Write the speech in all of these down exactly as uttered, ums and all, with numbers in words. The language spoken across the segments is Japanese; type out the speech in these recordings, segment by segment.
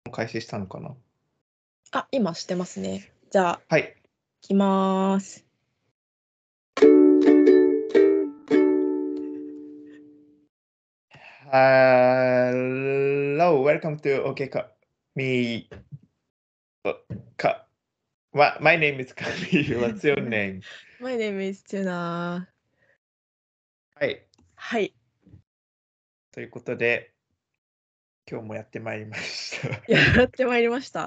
開始したのかな。 あ、今してますね。じゃあ、 はい。 いきます。 Hello, welcome to OK Ka Me. Ka. What? My name is Kami. What's your name? My name is Tuna. はい。 はい。 ということで、今日もやってまいりました。 やってまいりました。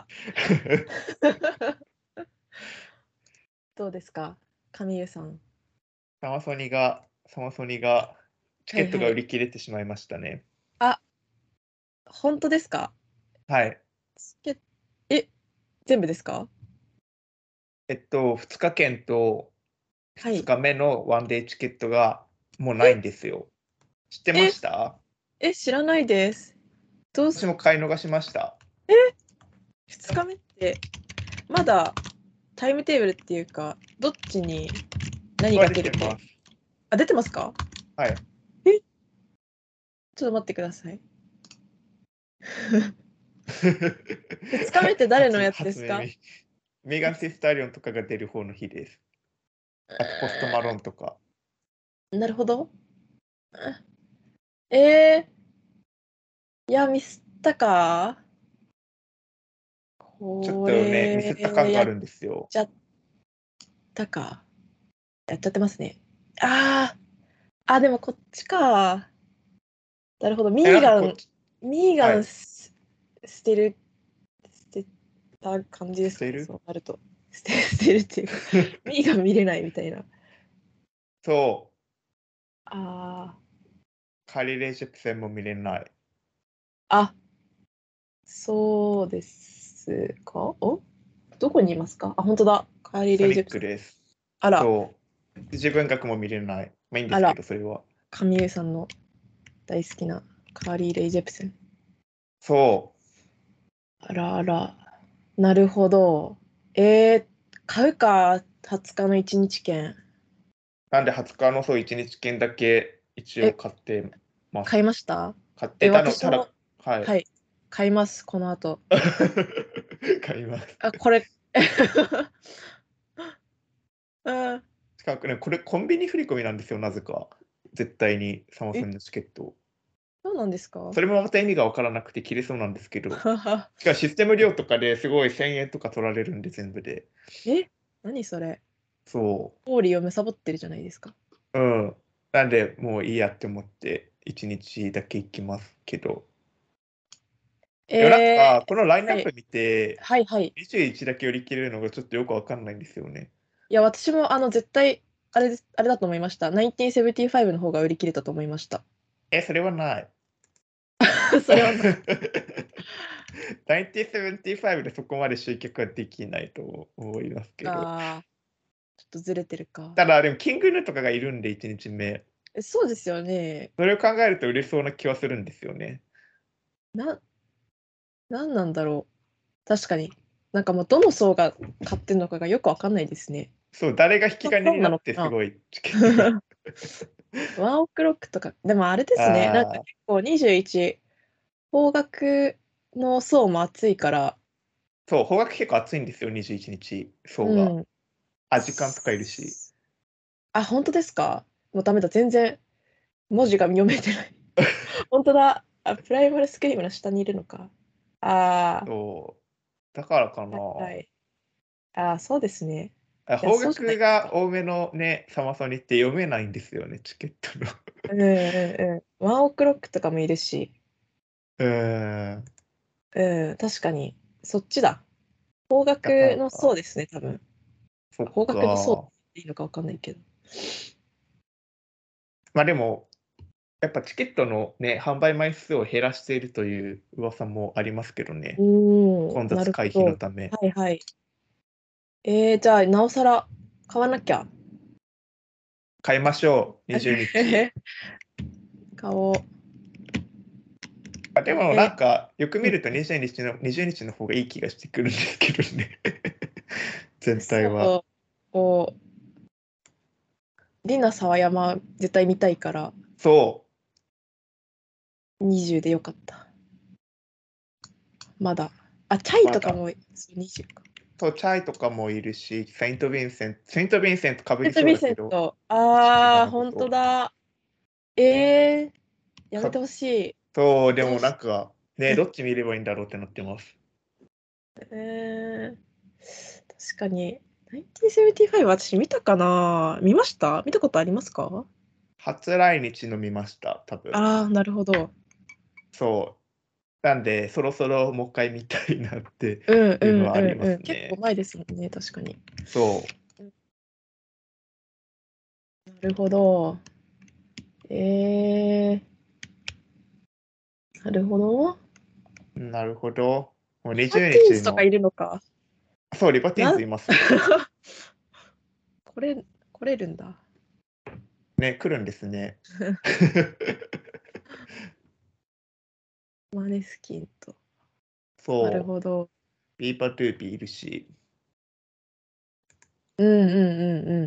どうですか、神湯さん。 サマソニが、サマソニが、チケットが売り切れてしまいましたね。 あ、本当ですか？ はい。 チケえ、全部ですか？ えっと、ふつかけんと2 はい。 日目のワンデーチケットがもうないんですよ。知ってまえ、 した？ え、知らないです。どうす私も買い逃しました。 え、ふつかめって、まだタイムテーブルっていうか、どっちに何はが出るか。 出てます。 あ、出てますか？ はい。 え、ちょっと待ってください。ふつかめって誰のやつですか？ 初耳。メガン・ティスタリオンとかが出る方の日です。あとポストマロンとか。 なるほど。えー、いや、ミスったか。 ちょっことね、ミスった感れ、やっがあるんですよ。 ちゃったか。やっちゃってますね。あー、あ、でもこっちか。なるほど。ミえ、なんかーガン、 こっち、 ミーガはい。 ンす捨てる、捨てた感じですかね、 捨てるそうなると。捨て、捨てるっていうか、ミーガン見れないみたいな。 そう。 あー、 カリー・レイジェプセンも見れない。 あ、そうですか。おどこにいますか？あ、本当だ。カーリー・ソニッレイジェプス。 クです。 あら、 そう。自分学も見れない。まあいいんであら、 すけど、それは。 神江さんの大好きなカーリー・レイジェプセン。 そあらあら、なるほど。えー、買うか、はつかのいちにち券。 う。なんではつかのそういちにち券だけ一応え、 買ってます。 買いました？え、 買ってたの、 私も、 ただ、はい。 はい、買います、この後。 買います。 あ、これ。うん、 しかもね、これコンビニ振り込みなんですよ、なぜか。絶対にサマソえ、 ニのチケット。 そうなんですか？ それもまた意味がわからなくて切れそうなんですけど。 ははしかもシステム料とかですごいせんえんとか取られるんで、全部で。 え、何それ？ そオーリーを貪ってるじゃないですか。 う。うん。なんで、もういいやって思って、いちにちだけ行きますけど。でもなんえか、このラインー、はい、 ナップ見て、 はい、はい。 にじゅういちだけ売り切れるのがちょっとよくわかんないんですよね。 いや、私もあの絶対あれです、あれだと思いました。ナインティーセブンティーファイブの方が売り切れたと思いました。 え、それはない。 それはな。 ナインティーセブンティーファイブでそこまで集客はできないと思いますけど。 ああ、ちょっとずれてるか。 ただ、でもキングヌーとかがいるんで、いちにちめ。 え、そうですよね。 それを考えると売れそうな気はするんですよね。 な、なんなんだろう。確かに。なんかもうどの層が買ってんのかがよくわかんないですね。 そう、誰が引きそそう金になっなのかな。 てすごいチケットが。 ワンオクロックとか、でもあれですね。なんかああ、 結構にじゅういち、方角の層も厚いから、 そう、方角結構暑いんですよ、にじゅういちにち、層が。 うん。 あ、時間とかいるし。 あ、本当ですか？もうダメだ。全然文字が読めてない。本当だ。あ、プライマルスクリームの下にいるのか。あそう、だからかあ、 な。 はいはい。ああ、そうですね。 あ、 いや、 方そうじゃな角いですか。 が多めのね、サマソニって読めないんですよね、チケットの。 うんうんうん。ワンオクロックとかもいるし、 うーん、 うん、確かに、そっちだ。方だか角の層らか。 ですね、多分。 そっ方角の層っか。 ていいのかわかんないけど。 ま、でも、やっぱチケットのね、販売枚数を減らしているという噂もありますけどね。 おー、な混雑回避のるほど。 ため。 はいはい。えー、じゃあ、なおさら買わなきゃ。 買いましょう、にじゅうにち。 買おう。 あ、でもえなんか、よくー、うん、 見るとにじゅうにちのにじゅうにちの方がいい気がしてくるんですけどね。全体は。 そう、こう、リナ沢山絶対見たいから、 そう。 にじゅうでよかった。まだ。 あ、チャイまだとかもそうにじゅうか。 と、チャイとかもいるし、セイント・ヴィンセント、セイント・ヴィンセントかぶりセント・ビンそうだけど、 セント。 知ああ、 らなこ本当と。 だ。えー、やめてかほしい。 そう、でもどうしなんか、ね、どっち見ればいいんだろうってなってます。 えー、確かに。ナインティーセブンティーファイブ私見たかな見ました見たことありますか？ 初来日の見ました、多分。 ああー、なるほど。 そう。なんで、そろそろもう一回見たいなってうんいうのうんはありまうんうん。結構すね。 前ですもんね、確かに。 そなるほど。えー、なるほど。 う。なるほど。もう20 リバティーン日の、 ズとかいるのか。 そう、リバティーンな、 ズいますよ。 これ、来れるんだ。 ね、来るんですね。 マネスキンと。なるそう。 ほど。 ビーパートゥーピーいるし。 うんうんうんうん。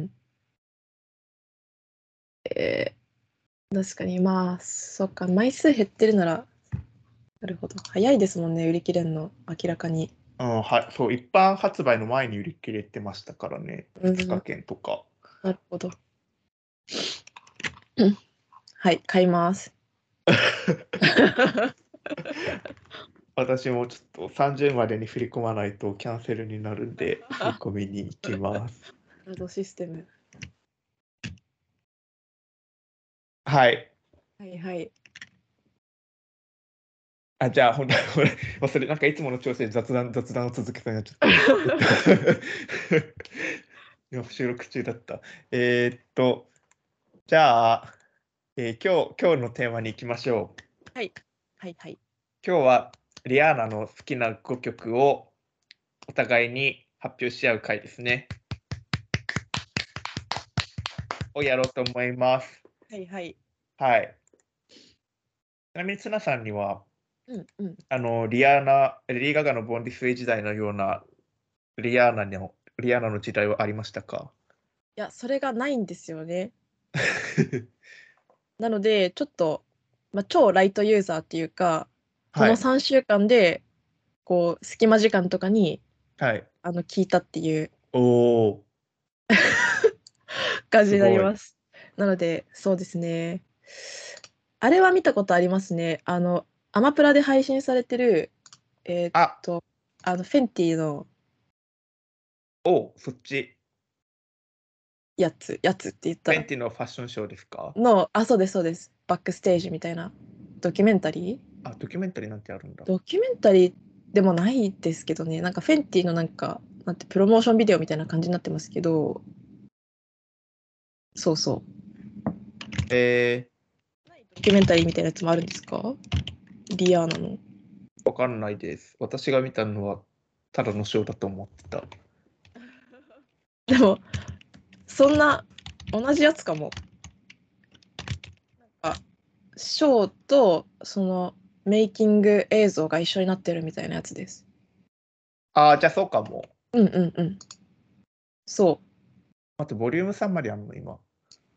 えー、確かに、まあ、そっか、枚数減ってるなら、なるほど。早いですもんね、売り切れんの、明らかに。 うん、は、そう、一般発売の前に売り切れてましたからね。 うんふつかけんとか。 なるほど。うんはい、買います。 私もちょっとさんじゅうまでに振り込まないとキャンセルになるんで、振り込みに行きます。 謎システム。 はい。 はいはい。 あ、じゃあ、本当これ、忘れ、なんかいつもの調子で雑談、雑談を続けそうになっちゃった。えっと今、収録中だった。えーっと、じゃあ、えー今日、今日のテーマに行きましょう。 はい。はいはい。 今日は、リアーナの好きなごきょくをお互いに発表し合う回ですね。をやろうと思います。 はいはい。 はい。ちなみに、ツナさんには、 うんうん。いあの、リアーナ、レディー・ガガのボンディスウェイ時代のようなリアーナの、リアーナの時代はありましたか？ や、それがないんですよね。なので、ちょっと、まあ、超ライトユーザーっていうか、このはい。 さんしゅうかんで、こう、隙間時間とかに、 はい。 あの、聞いたっていうおお、 感じになりすごい。 ます。なので、そうですね。あれは見たことありますね。あの、アマプラで配信されてる、えーっあ、 と、あの、フェンティのおそっち。 やつ、やつって言ったら、 フェンティのファッションショーですか？ の、あ、そうです、そうです。バックステージみたいな、ドキュメンタリーあ、ドキュメンタリーなんてあるんだ。 ドキュメンタリーでもないですけどね、なんかフェンティのなんか、なんてプロモーションビデオみたいな感じになってますけど、そうそう。 えドキュメンタリーみたいなやつもあるんですか？リアーナの。 ー、わかんないです。私が見たのはただのショーだと思ってた。 でも、そんな、同じやつかも。なんか、ショーと、その、メイキング映像が一緒になってるみたいなやつです。 あ、じゃあそうかも。 うんうんうん。そう。 あと、ボリュームさんまであるの、今。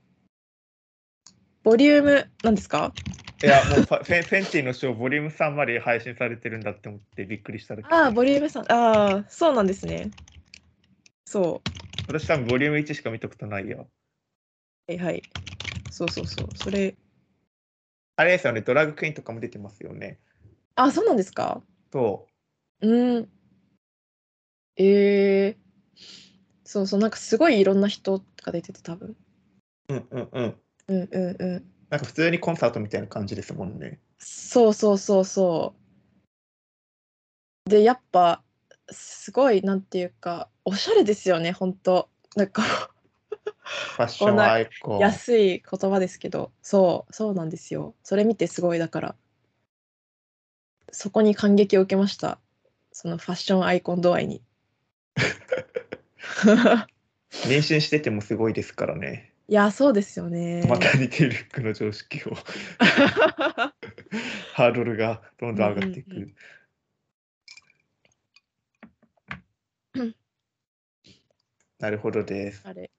ボリューム、なんですか？ いや、もうファフェンフェンティのショー、ボリュームさんまで配信されてるんだって思ってびっくりしただけああ、 で。 ボリュームさん、ああ、そうなんですね。そう。 私多分ボリュームいちしか見たことないよ。 はいはい。そうそうそう。それ、 あれですよね、ドラッグクイーンとかも出てますよね。 あ、そうなんですか？ そうーん。ええそうそう、なんかすごいいろんな人が出てて多分。 う。うんうんうん。 うんうんうん。 なんか普通にコンサートみたいな感じですもんね。 そうそうそうそう。で、やっぱ、すごい、なんていうか、おしゃれですよね、本当なんか、 ファッシこんなョンアイコ安い言葉ですけど、そう、そうなんですよ。それ見てすごい、だから、そこに感激を受けました。そのファッションアイコン度合いに。 ン。妊娠しててもすごいですからね。 いや、そうですよね。 マタニティルックの常識をハードルがどんうんどん上がっうんうんていく。なるほどです。 あれ。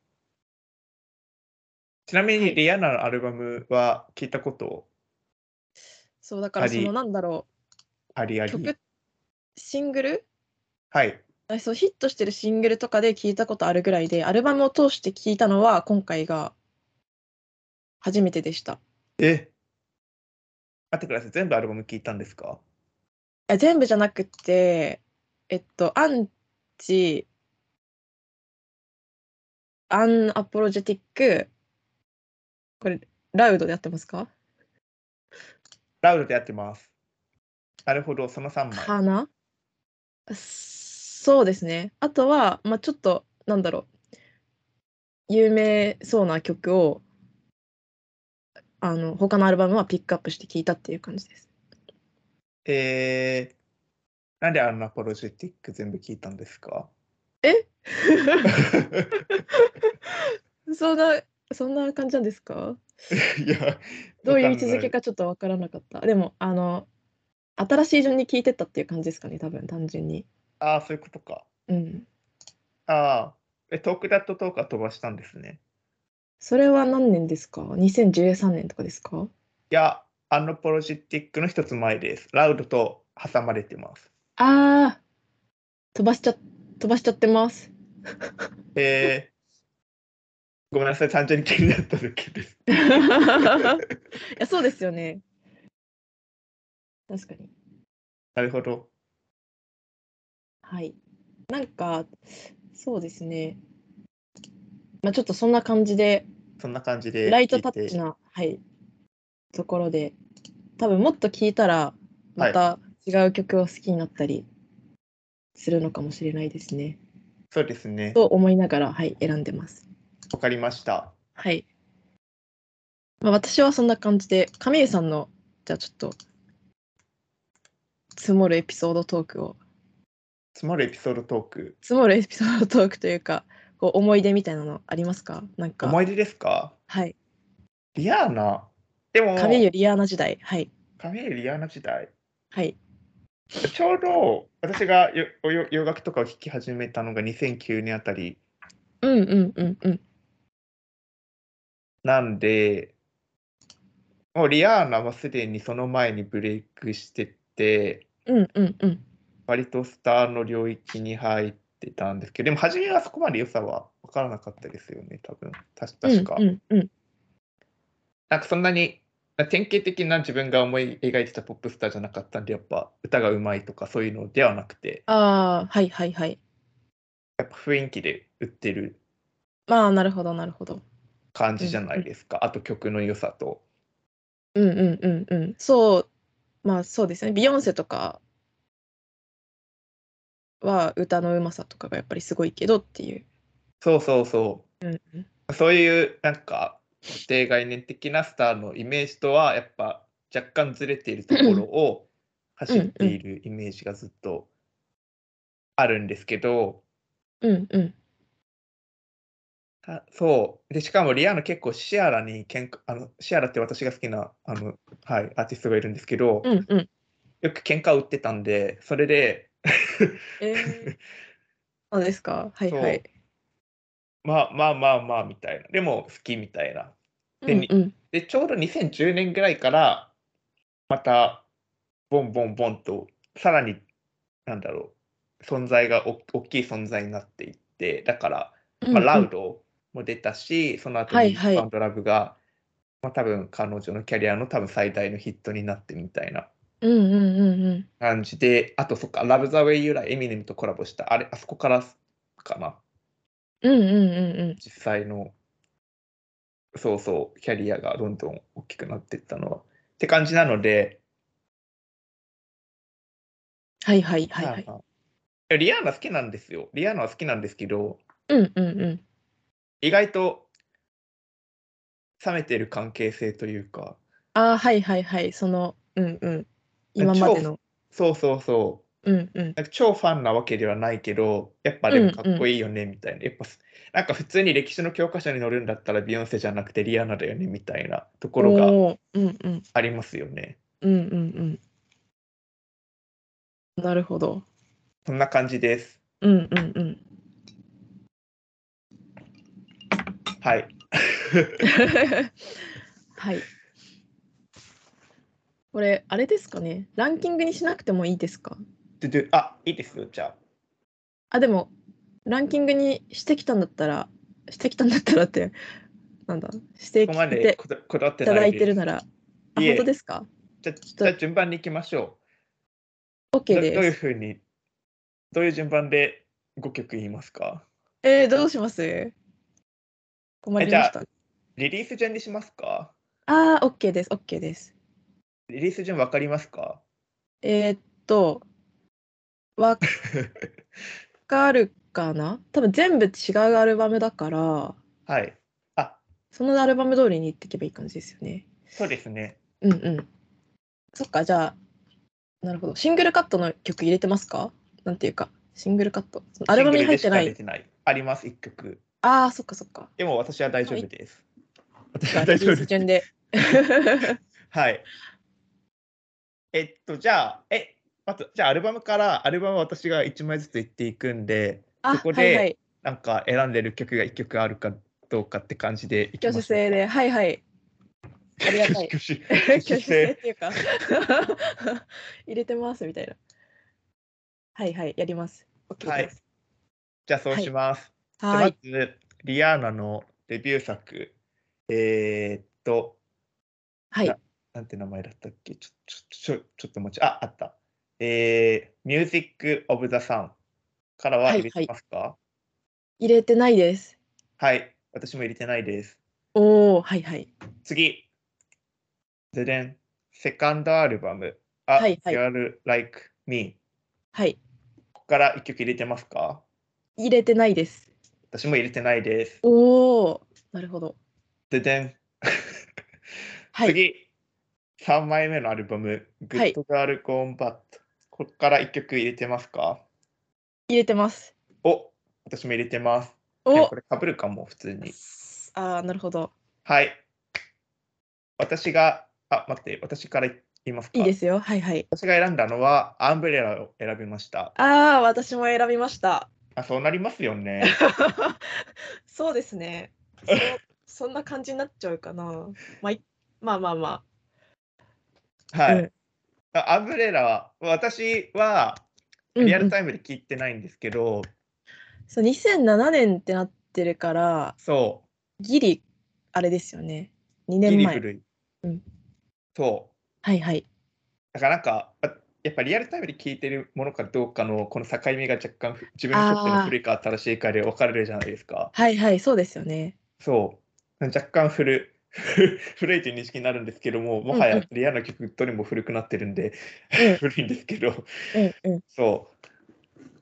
ちなみはい。 にリアナのアルバムは聞いたことそう、だからそのあり、 なんだろう、 ありあり。 曲シングルはい。 あそうヒットしてるシングルとかで聞いたことあるぐらいで、アルバムを通して聞いたのは今回が初めてでした。 え、待ってください。全部アルバム聞いたんですか？ え全部じゃなくて、えっと、アンチ、アンアポロジェティック、これ、ラウドでやってますかラウドでやってます。なるほど、そのさんまい。 かなそうですね。あとは、まあ、ちょっと、なんだろう、有名そうな曲を、あの、他のアルバムはピックアップして聞いたっていう感じです。 えー、なんでアンアポロジェティック全部聞いたんですか？ えそんな、そんな感じなんですか？ いや、わどういう位置かんない。 づけかちょっとわからなかった。でも、あの、新しい順に聞いてったっていう感じですかね、多分、単純に。 ああ、そういうことか。 うん。 ああ、え、トークダットトークは飛ばしたんですね。 それは何年ですか？ にせんじゅうさん 年とかですか？ いや、アンアポロジェティックの一つ前です。ラウドと挟まれてます。 ああー、飛ばしちゃ、飛ばしちゃってます。 えー、ごめんなさい、単純に気になっただけです。 いや、そうですよね。確かに。 なるほど。 はい。なんか、そうですね。まあ、ちょっとそんな感じで、 そんな感じでライト聞いて、 タッチな、はい、ところで、多分もっと聞いたら、まはい、 た違う曲を好きになったりするのかもしれないですね。 そうですね。 と思いながら、はい、選んでます。 わかりました。 はい。まあ、私はそんな感じで、神井さんの、じゃあちょっと、積もるエピソードトークを、 積もるエピソードトーク。 積もるエピソードトークというか、こう思い出みたいなのありますか？なんか、 思い出ですか？ はい。 リアーナ。でも、 神湯リアーナ時代、はい。 カフェリアーナ時代。 はい。 ちょうど私がよよ洋楽とかを聴き始めたのがにせんきゅうねんあたりうんうんうんうん。 なんで、もうリアーナはすでにその前にブレイクしてて、 うんうんうん。 割とスターの領域に入ってたんですけど、でも初めはそこまで良さは分からなかったですよね、多分。たしうんう確か。 んうん。 なんかそんなに、典型的な自分が思い描いてたポップスターじゃなかったんで、やっぱ歌が上手いとかそういうのではなくて、 ああ、はいはいはい。 やっぱ雰囲気で売ってるまあ、なるほどなるほど。 感じじゃうんうん。 ないですか。あと曲の良さと。 うんうんうんうん。そう、まあそうですね。ビヨンセとかは歌のうまさとかがやっぱりすごいけどっていう。 そうそうそうんうん。 う。そういうなんか固定概念的なスターのイメージとはやっぱ若干ずれているところを走ってうんうん。 いるイメージがずっとあるんですけど、 うんうん。 たそう。で、しかもリアーナ結構シアラにけんかあの、シアラって私が好きなあの、はい、アーティストがいるんですけど、 うんうん。 よく喧嘩を売ってたんで、それでええ、そうですか。はいはい。 そう、まあまあまあまあみたいな。でも好きみたいな。で、にうんうん。 で、ちょうどにせんじゅうねんぐらいからまたボンボンボンと、さらになんだろう、存在がお大きい存在になっていって、だから、まあ、 うんうん。 ラウドも出たし、その後はいはい。 にファウンドラブが、まあ、多分彼女のキャリアの多分最大のヒットになってみたいなうんうんうんうん。 感じで、あとそっか、ラブザウェイ由来、エミネムとコラボした、あれ、あそこからかな、 うんうんうんうん。 実際の、そうそう、キャリアがどんどん大きくなっていったのは。って感じなので、 はいはいはいはい。 まあまあ、いやリアーナ好きなんですよ。リアーナは好きなんですけど、 うんうんうん。 意外と冷めてる関係性というか、 ああ、はいはいはい。その、うんうん。今ま超での。 そうそうそう。 うんうん。 なんか超ファンなわけではないけど、やっぱでもかっうんうん。 こいいよねみたいな。やっぱすなんか普通に歴史の教科書に載るんだったらビヨンセじゃなくてリアーナだよねみたいなところがおお、うんうん。 ありますよね。 うんうんうん。なるほど。 そんな感じです。 うんうんうん。 はい。 はい。これ、あれですかね。ランキングにしなくてもいいですか？ でであ、いいですよ、じゃあ。 あ、でも、ランキングにしてきたんだったら、してきたんだったらって、なんだ、してここまきてでこだこだわっていただないです。 いてるなら、あ、本当いえ、 ですか？ じゃちょっじゃあ順番に行きましょと、 う。 OK どどういうです。 ふうに、どういう順番でごきょく言いますか？ えー、どうします？困え、じゃあ、 りました。 リリース順にしますか？ ああ、OK です、OK です。 リリース順わかりますか？ えーっと、わかるかな？多分全部違うアルバムだから、 はい。あ、 そのアルバム通りに行っていけばいい感じですよね。 そうですね。 うんうん。そっか、じゃあ、なるほど。シングルカットの曲入れてますか？なんていうか、シングルカット。そのアルバムにシングルでし入ってない。 か出てない。あります、いっきょく。 ああ、そっかそっか。 でも私は大まあ、いっ丈夫です。私はか、リリー大丈夫です。 ス順で。 はい。えっと、じゃあ、え、まず、じゃあアルバムからアルバムは私がいちまいずつ言っていくんで、そあ、 こではいはい。 なんか選んでる曲がいっきょくあるかどうかって感じでいき挙ましょうか。 手制で、はいはい。ありがたい。 挙手挙手挙手制っ制。 ていうか入れてますみたいな。はいはい、やります。OK はい。 です。 じゃあそうはい。 します。じゃ、 はーい。 まず、リアーナのデビュー作、えーっと、なはい。 なんて名前だったっけ？ちょちょちょちょっともうちょあ、あった。えー、Music of the Sun からは入れてはいはい。 ますか？ 入れてないです。 はい、私も入れてないです。 おお、はいはい。 次、ででん、セカンドアルバム、A はいはい。 Girl Like Me。 はい。 ここからいっきょく入れてますか？ 入れてないです。 私も入れてないです。 おお、なるほど。 ででん。 はい。 次、さんまいめのアルバム、 はい。 Good Girl Gone Bad。こっからいっきょく入れてますか？ 入れてます。 お、私も入れてます。でもお、 これ被るかも、普通に。 すああ、なるほど。 はい。私があ、待って、私から言いますか。 いいですよ。はいはい。 私が選んだのは、アンブレラを選びました。 ああ、私も選びました。 あ、そうなりますよね。 そうですね。そうそんな感じになっちゃうかな。ま、いまあまあまあ。うん。 はい。あ、アンブレラは、私はリアルうんうん。 タイムで聞いてないんですけど、 そう、にせんななねんってなってるから、 そう、 ギリ、あれですよね。2年前。 ギリ古い。 うん。 そう。 はいはい。 だからなんか、あ、やっぱリアルタイムで聞いてるものかどうかのこの境目が若干ふ自分にとってのああ、 古いか新しいかで分かれるじゃないですか。 はいはい、そうですよね。 そう。若干古古いという認識になるんですけども、もはやうんうん。 リアルな曲どれも古くなってるんで、 うん、 古いんですけど、 うんうん。 そう。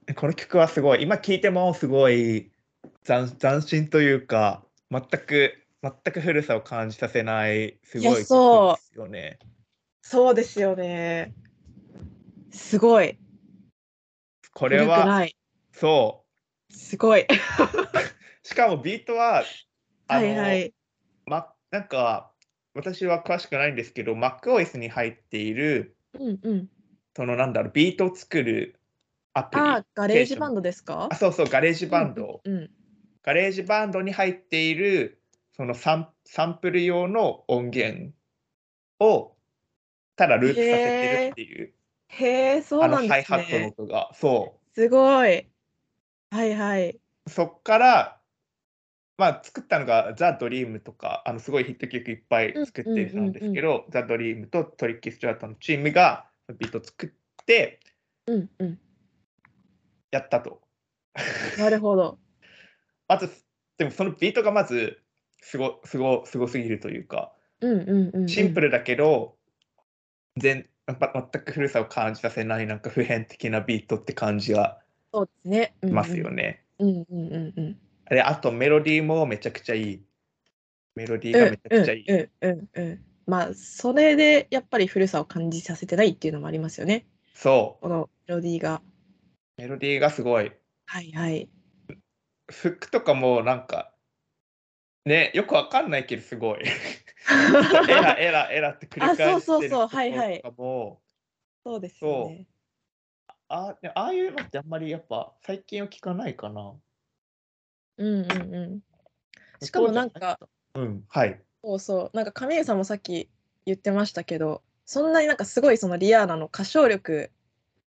この曲はすごい、今聴いてもすごい斬斬新というか、全く全く古さを感じさせないすいや、 ごい曲でそう。 すよね。 そうですよね。すごい。 これは古くない。 そう。 すごい。 しかもビートは、あの、 はいはい。 まなんか、私は詳しくないんですけど、MacOS に入っている、 うんうん。 そのなんだろう、ビートを作るアプリああ、ガケーション。 レージバンドですか？ あ、そうそう、ガレージうんうんバンド。 うん。 ガレージバンドに入っている、そのサンサンプル用の音源を、ただループさせてるへえ、 っていう、 へえ、そうあのなんでハイハットのすね。 音が、そすごい。はいはい。 う。そっから、まあ、作ったのがザ・ドリームとか、あのすごいヒット曲いっぱいうんうん作ってる人なんうんうん。 ですけど、ザ・ドリームとトリッキー・スチュワートのチームがビート作ってうんうん。 やったと。 なるほど。 まず、でもそのビートがまず、すごすごすごすぎるというか、 うんうんうんうん。 シンプルだけど、全ぱ全く古さを感じさせない、なんか普遍的なビートって感じがそうですね。うんしますうん。 よね。 うんうんうんうん。 で、あとメロディーもめちゃくちゃいい。メロディーうんがめちゃくうんうちゃいい。 んうんうん。まあ、それでやっぱり古さを感じさせてないっていうのもありますよね。 そう、 このメロディーが。 メロディーがすごい。 はいはい。 フックとかもなんかね、よくわかんないけどすごい。ずっとエラエラエラって繰りあ、そ返してるうそうそう、 ところとはいはい。 かも、 そうですよそう、 ね。 あああいうのってあんまりやっぱ最近は聞かないかな。 うんうんうん。しか当時はもなんか、 うん、はい。 そうそう、なんか亀井さんもさっき言ってましたけど、そんなになんかすごいそのリアーナの歌唱力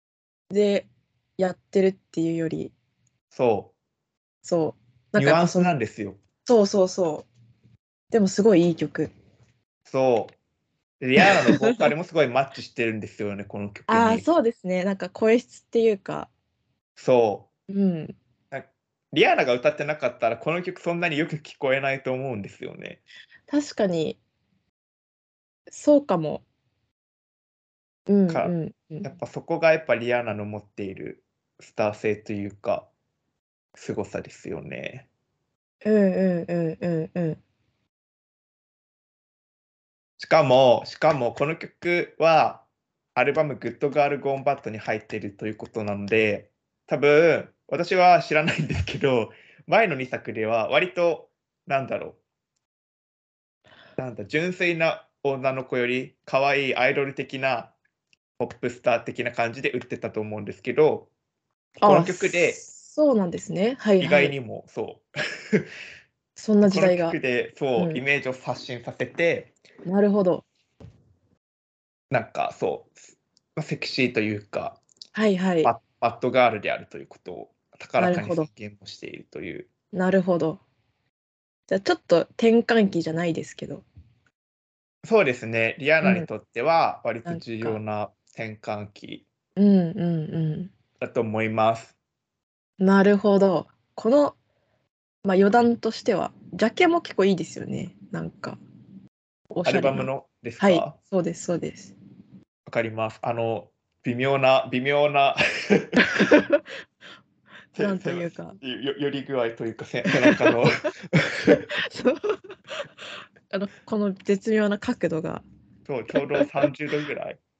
でやってるっていうより、 そそう、 う、 なんかやっぱそのニュアンスなんですよ。 そうそうそう。でもすごいいい曲。 そう。リアーナのボーカルもすごいマッチしてるんですよね、この曲ああ、 に。 そうですね。なんか声質っていうか、 そう。 うん。 なリアーナが歌ってなかったら、この曲そんなによく聞こえないと思うんですよね。 確かに、そうかも。うんか、 うんうん。 やっぱそこがやっぱリアーナの持っているスター性というか、凄さですよね。 うんうんうんうんうん。 しかもしかもこの曲は、アルバムグッドガールゴーンバッドに入っているということなので、多分、私は知らないんですけど、前のにさくでは割と、なんだろう、なんだ、純粋な女の子より可愛いアイドル的なポップスター的な感じで売ってたと思うんですけど、このああ、 曲でそうなんですね。はいはい。 意外にもそう、 そんなこの時代が。 曲でそう、イうん。 メージを刷新させて、 なるほど。 なんかそう、ま、セクシーというか、 はいはい。 ババッドガールであるということを高らかに宣なるほど。 言もしているという。 なるほど。じゃ、ちょっと転換期じゃないですけど、 そうですね、リアーうん、 ナにとっては割と重要なんか、 な転換期うんうんうん。 だと思います。 なるほど。この、ま、余談としては、ジャケも結構いいですよね。なんか、おアルバムしゃれな。 のですはい、 か？ そうですそうです。 わかります。あの、微妙な微妙ななんとせせないうか、 よ寄り具合というか、せ背中のそう、あの、この絶妙な角度が。 そう、ちょうどさんじゅうどぐらい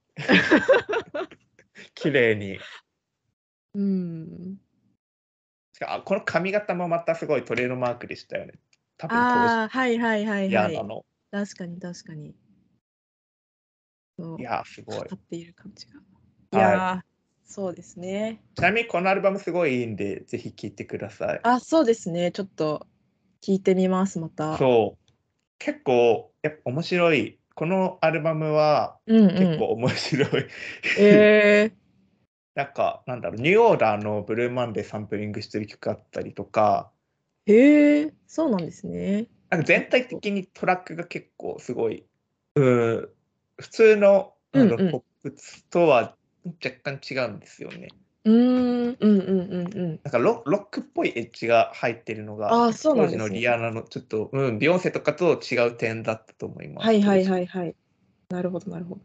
綺麗に。 うーん。 しかあ、この髪型もまたすごいトレードマークでしたよね。多分当時、 ああ、はいはいはいはい。 リアーナの。 確かに確かに。そう、 いや、すごい。 語っている感じが。いはい。 や、そうですね。 ちなみにこのアルバムすごいいいんで、ぜひ聴いてください。 あ、そうですね、ちょっと聞いてみます、また。 そう、結構やっぱ面白い。このアルバムはうんうん。 結構面白い。 ええ、 なんか、なんだろう、ニューオーダーのブルーマンデーサンプリングしてる曲あったりとか、 へえ、そうなんですね。 なんかちょっ全体と、 的にトラックが結構すごい、うーん、普通のあのうんうん。 ポップスとは若干違うんですよね。 うーん、うんうんうんうん。 なんかロロックっぽいエッジが入ってるのが、 ああ、 やっぱそう当時のなんですね。 リアーナのちょっと、うん、ビヨンセとかと違う点だったと思います、 はいはい当時。 はいはい。なるほどなるほど。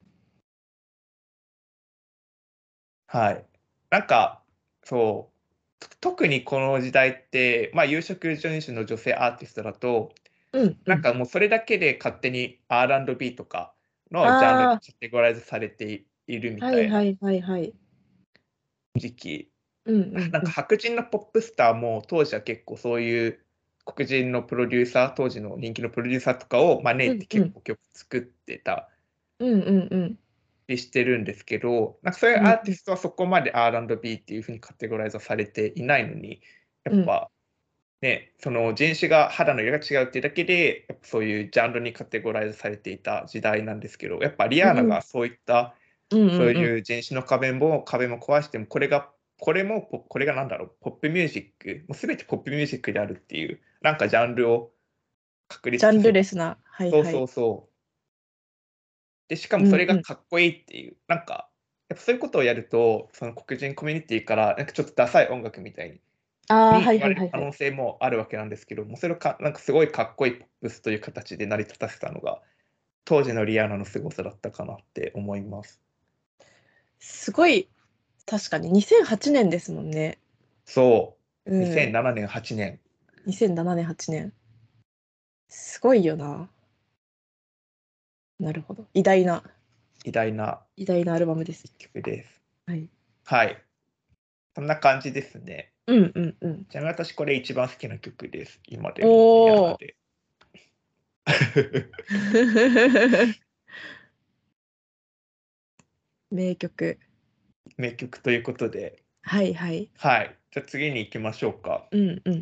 はい。なんか、そう、と特にこの時代って、ま、有色人種の女性アーティストだと、 うんうん。 なんかもうそれだけで勝手に アールアンドビー とかのジャンルにああ、 カテゴライズされているみたいなはいはいはいはい。 時期。 うんうんなんかうん。 白人のポップスターも当時は結構そういう黒人のプロデューサー、当時の人気のプロデューサーとかを招いてうんうん。 結構曲作ってたうんうんうん。 りしてるんですけど、なんかそういううんうん。 アーティストはそこまで アールアンドビー っていう風にカテゴライズはされていないのに、やっうん。 ぱね、その人種が肌の色が違うっていうだけで、やっぱそういうジャンルにカテゴライズされていた時代なんですけど、やっぱリアーナうん。 がそういったうんそううんうん。 いう人種の壁も壁も壊しても、これがこれもポこれがなんだろう、ポップミュージック、もう全てポップミュージックであるっていう、なんかジャンルを確ジャンル立させて、 レスな、はいそうはい。 そうそう。で、しかもそれがうんうん。 かっこいいっていう、なんか、やっぱそういうことをやると、その黒人コミュニティから、なんかちょっとダサい音楽みたいにああ、はいに言われるはいはいはい。 可能性もあるわけなんですけども、それをかなんかすごいかっこいいポップスという形で成り立たせたのが、当時のリアーナの凄さだったかなって思います。 すごい、確かににせんはちねんですもんね。 そう、 うん。 にせんななねん、はちねん、 にせんななねん、はちねん。すごいよな。なるほど。偉大な偉大な偉大なアルバムです。 一曲です。 はい。 はい、そんな感じですね。 うんうんうん。 ちなみに私これ一番好きな曲です。今でおもリアーナお。 で。 名曲。 名曲ということで、 はいはい。 はい、じゃあ次に行きましょうか。 うんうん。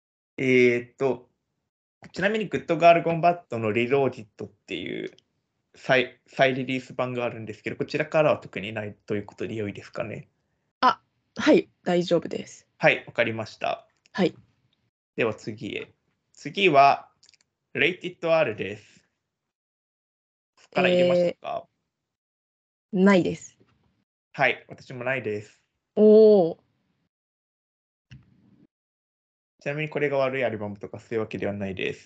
えっと、ちなみにグッドガールゴンバットのリローディットっていう再再リリース版があるんですけど、こちらからは特にないということで良いですかね。 あ、はい、大丈夫です。 はい、わかりました。 はい。 では次へ。次は、Rated R です。ここから入れましたえか？ ー、ないです。 はい、私もないです。 おお。 ちなみにこれが悪いアルバムとかそういうわけではないです。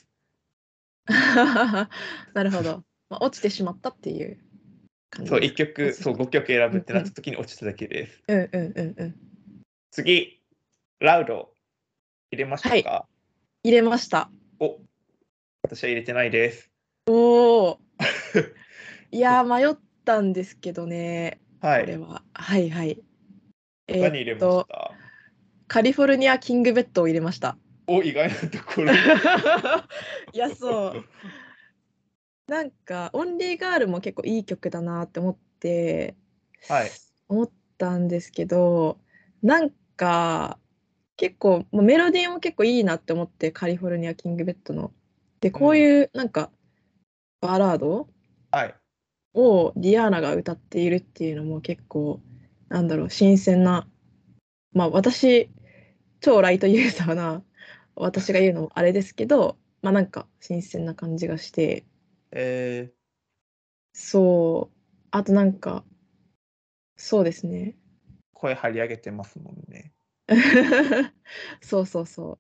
なるほど。ま、落ちてしまったっていう感じそう、 ですか？ いっきょく、そう、 落ちてしまった。 ごきょく選ぶってなったうんうん。 時に落ちただけです。 うんうんうんうん。 次、Loud 入れましたはい、 か？ 入れました。 お、私は入れてないです。 おお。いこや、迷ったんですけどね、 はい。 これは。はいはい。えーっ何入れましと、 た？ カリフォルニアキングベッドを入れました。 お、意外なところ。 いや、そう。なんか、オンリーガールも結構いい曲だなって思ってはい。 思ったんですけど、なんか、結構、ま、メロディーも結構いいなって思って、カリフォルニアキングベッドの。で、 うん。 こういうなんかバラードはい。 をリアーナが歌っているっていうのも結構、なんだろう、新鮮な、ま、私、超ライトユーザーな私が言うのもあれですけど、ま、なんか新鮮な感じがして。 ええ。 そう、あとなんかそうですね。 声張り上げてますもんね。 そうそうそう。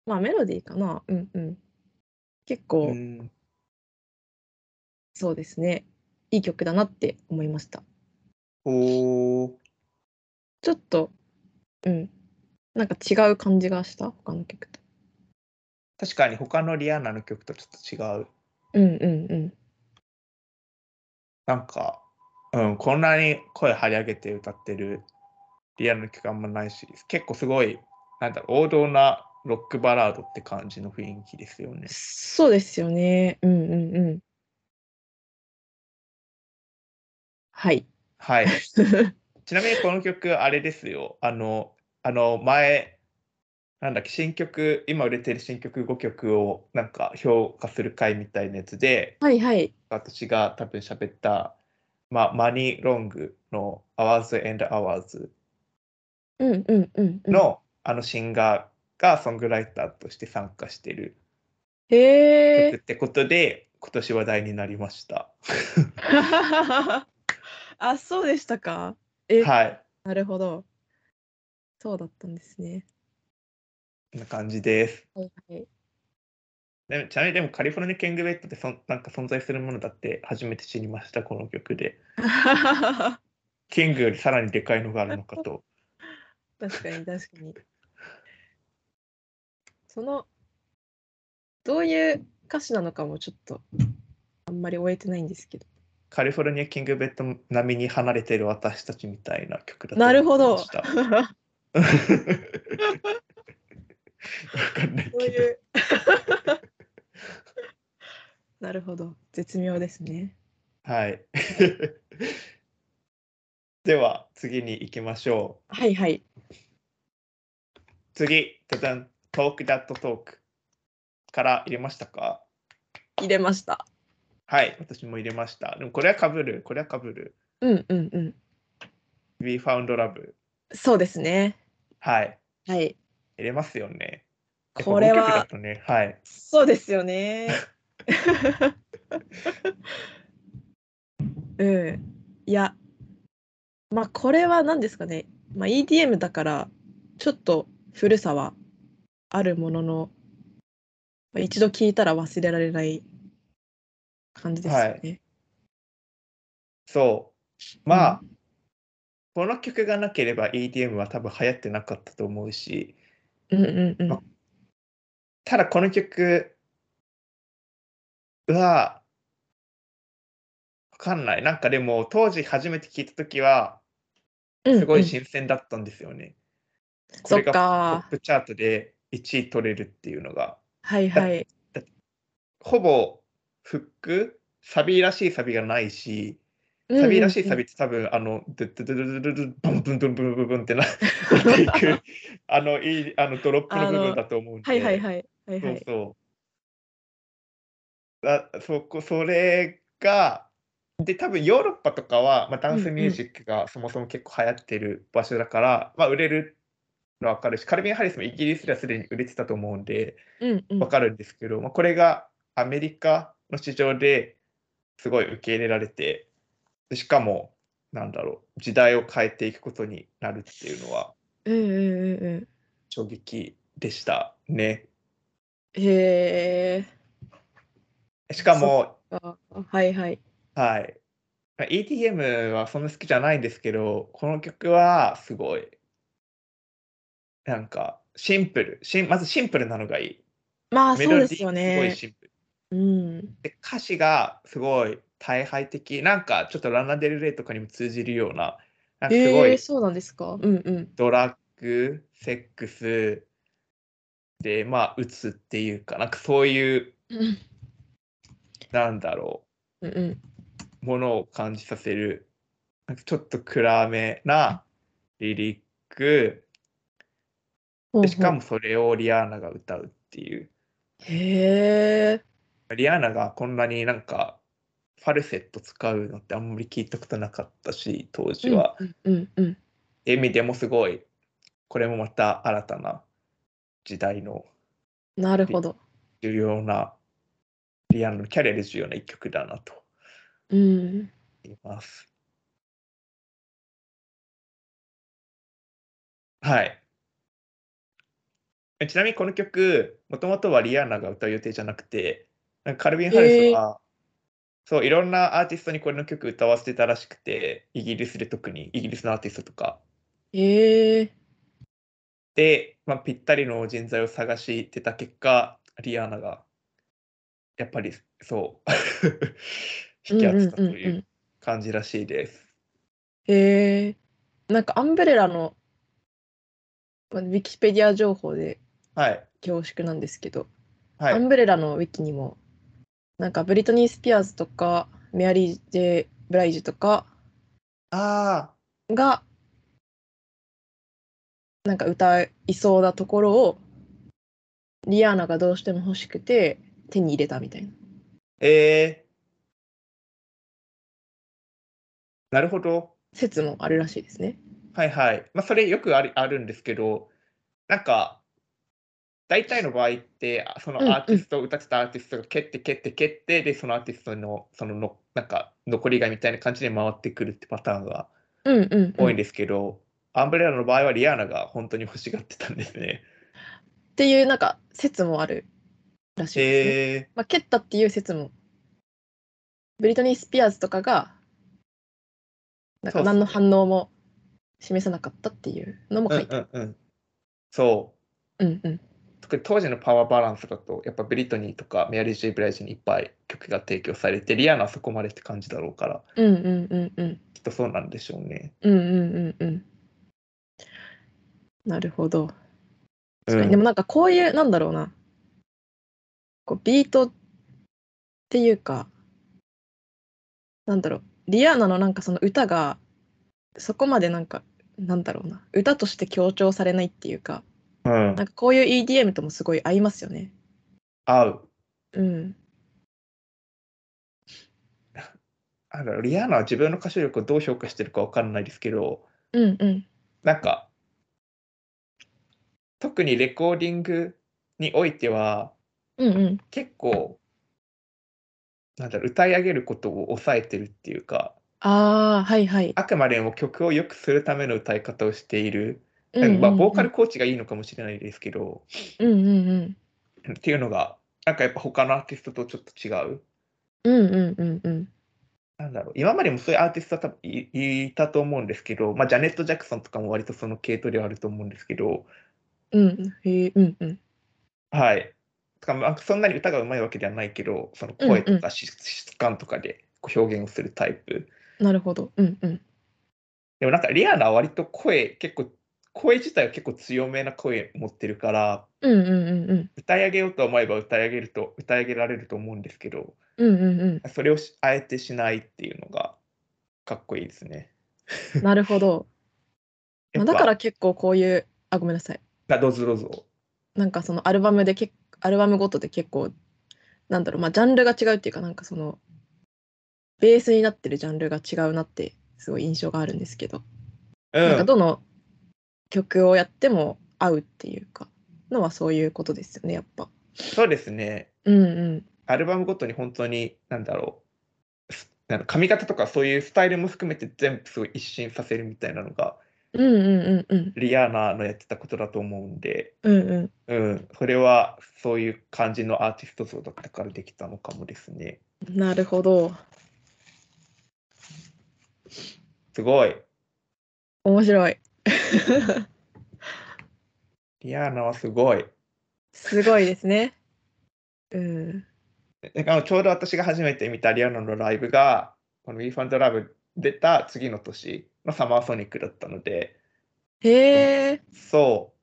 まあ、メロディーかな。うんうん。結構うん。 そうですね、いい曲だなって思いました。 おお。 ちょっと、うん、なんか違う感じがした、他の曲と。 確かに他のリアーナの曲とちょっと違う。 うんうんうん。 なんか、うん、こんなに声張り上げて歌ってるリアルな曲あんまないし、結構すごい、なんだろう、王道なロックバラードって感じの雰囲気ですよね。 そうですよね。うんうんうん。はい。 はい。ちなみにこの曲あれですよ、あのあの前、なんだっけ、新曲今売れてる新曲ごきょくをなんか評価する会みたいなやつで、 はいはい。 私が多分喋った、ま、マニーロングの Hours and Hours うんうんうんうん。 の、あのシンガーがソングライターとして参加してるへえ。 曲ってことで、今年話題になりました。 あ、そうでしたか。え、 はい。 なるほど。そうだったんですね。 こんな感じです。 はいはい。 で、ちなみにでもカリフォルニアキングベッドってそんなんか存在するものだって初めて知りました、この曲で。キングよりさらにでかいのがあるのかと。 確かに確かに。その、どういう歌詞なのかもちょっと、あんまり終えてないんですけど。 カリフォルニアキングベッド並みに離れてる私たちみたいな曲だとなる思っほど。 てました。わかんないけど。 そういうなるほど、絶妙ですね。 はい。 はい。 では、次に行きましょう。 はいはい。 次、ダダン、Talk That Talk から入れましたか？ 入れました。 はい、私も入れました。でもこれは被る、これは被る。 うんうんうん。 We Found Love。 そうですね。 はい、 はい。 入れますよね。やっぱごきょくだこれは、 とね、はい。 そうですよね。うん。いや、ま、これは何ですかね、ま、イーディーエム だから、ちょっと古さはあるもののま、一度聴いたら忘れられない感じですはい。 よね。 そう。まあ、 うん。 この曲がなければ イーディーエム は多分流行ってなかったと思うし、 うんうんうま、 ん。 ただこの曲はわかんない。なんかでも、当時初めて聴いた時は、すごいうんうん。 新鮮だったんですよね。こそっれがポッか。 プチャートでいちい取れるっていうのが。だはいはい。 だほぼフック、サビらしいサビがないし、 うんサビうんうん。 らしいサビって多分あの、ドゥッドゥドゥドゥドゥドゥドゥ、ボンブンドゥンブンブンブンってななっていく、あの、いいあのドロップの部分あのだと思うんはいはいで、 はい。はいはい。 そうそう。あ、そこそれがで、多分ヨーロッパとかは、まあ、ダンスミューうんうん。 ジックがそもそも結構流行ってる場所だから、まあ、売れるのは分かるし、カルビン・ハリスもイギリスではすでに売れてたと思うんで、 うんうん。 分かるんですけど、まあ、これがアメリカの市場ですごい受け入れられて、で、しかも、なんだろう、時代を変えていくことになるっていうのはうんうんうんうん。 衝撃でしたね。 へえ、 しかそっも、 か。はいはい。 はい。ま、イーディーエム はそんな好きじゃないんですけど、この曲はすごい、なんかシンプル、しんまずシンプルなのがいい。 まあ、 メロデそうですィーがすごいよね。 シンプル。 うん。 で、歌詞がすごい大敗的、なんかちょっとラナデルレイとかにも通じるような、なんかすごへえ、 いそうなんですか。うんうん。 ドラッグ、セックスで、まあ、鬱っていうか、なんかそういう、 うん。 なんだろうんうん。 う、ものを感じさせる、なんかちょっと暗めなリリック、で、しかもほうほう。 それをリアーナが歌うっていう。 へえ。 リアーナがこんなになんか、ファルセット使うのってあんまり聞いたことなかったし、当時は。 うんうんうんうん。 意味でもすごい、これもまた新たな時代のりなるほど。 重要な、リアーナのキャリアで重要な一曲だなとうん。 言います。はい。え、ちなみにこの曲、もともとはリアーナが歌う予定じゃなくて、なんかカルビン・ハリスへえ。 は、そう、いろんなアーティストにこれの曲歌わせてたらしくて、イギリスで特に、イギリスのアーティストとか。 へえ。 で、まあ、ぴったりの人材を探してた結果、リアーナがやっぱりそう、引き当てうんうんたといううんうん。 感じらしいです。 へえ。なんかアンブレラの、ま、ウィキペディア情報ではい、 恐縮なんですけど、 はい。 アンブレラのウィキにも、なんかブリトニー・スピアーズとか、メアリー・ジェ・ブライジとかああ、 が、なんか歌いそうなところを、リアーナがどうしても欲しくて、手に入れたみたいなええ、なるほど。 説もあるらしいですね。 はいはい。ま、それよくあるあるんですけど、なんか大体の場合って、あ、そのアーティうんうん。 スト歌ってたアーティストが蹴って蹴って蹴って、で、そのアーティストの、その、のなんか残り香みたいな感じで回ってくるってパターンがうんうんうん。 多いんですけど、アンブレラの場合はリアーナがほんとに欲しがってたんですね。 っていうなんか説もあるらしいですね。 へえ、 まあ、蹴ったっていう説も、ブリトニー・スピアーズとかが、なんか何のそうっすね。 反応も示さなかったっていうのもうん書いてある。 うんうん。そう。 うんうん。 特に当時のパワーバランスだと、やっぱブリトニーとかメアリー・ジェイ・ブライジにいっぱい曲が提供されて、リアーナはそこまでって感じだろうから、 うんうんうんうん。 きっとそうなんでしょうね。 うんうんうんうん。なるほど。確かに。でもうん。 なんかこういう、なんだろうな、こうビートっていうか、なんだろう、リアーナのなんかその歌が、そこまでなんか、なんだろうな、歌として強調されないっていうか、 うん。 なんかこういう イーディーエム ともすごい合いますよね。 合う。 うん。 あの、リアーナは自分の歌唱力をどう評価してるかわかんないですけど、 うんうん。 なんか、特にレコーディングにおいては、 うんうん。 結構、なんだろう、歌い上げることを抑えてるっていうか、 ああ、はいはい。 あくまでも曲を良くするための歌い方をしている。 うんなんか、まあ、 うんうん。 ボーカルコーチがいいのかもしれないですけど、 うんうんうん。 っていうのが、なんかやっぱ他のアーティストとちょっと違う。 うんうんうんうん。 なんだろう、今までもそういうアーティストは多分いいたと思うんですけど、まあ、ジャネット・ジャクソンとかも割とその系統ではあると思うんですけど、 うん、へえ、うんうん。 はい。とか、ま、そんなに歌が上手いわけではないけど、そのうんうん。 声とかし質感とかでこう表現をするタイプ。 なるほど。うんうん。 でもなんかリアーナは割と声結構声自体は結構強めな声持ってるから、 うんうんうんうん。 歌い上げようと思えば歌い上げると歌い上げられると思うんですけど、 うんうんうん。 それをしあえてしないっていうのがかっこいいですね。 なるほど。ま、だからやっぱ、 結構こういうあ、ごめんなさい。 あ、どうぞどうぞ。 なんかそのアルバムでけアルバムごとで結構、なんだろう、ま、ジャンルが違うっていうか、なんかその、 ベースになってるジャンルが違うなってすごい印象があるんですけど、なんかうん、 どの曲をやっても合うっていうかのはそういうことですよね、やっぱ。 そうですね。 うんうん。 アルバムごとに本当に、なんだろう、すなんか髪型とかそういうスタイルも含めて全部すごい一新させるみたいなのが、 うんうんうんうん。 リアーナのやってたことだと思うんで、 うんうん。 うん、それはそういう感じのアーティスト像だったからできたのかもですね。 なるほど。 すごい。 面白い。 リアーナはすごい。 すごいですね。うん。 なんかあのちょうど私が初めて見たリアーナのライブが、この We Found Love 出た次の年のサマーソニックだったので、 へえ、 そう、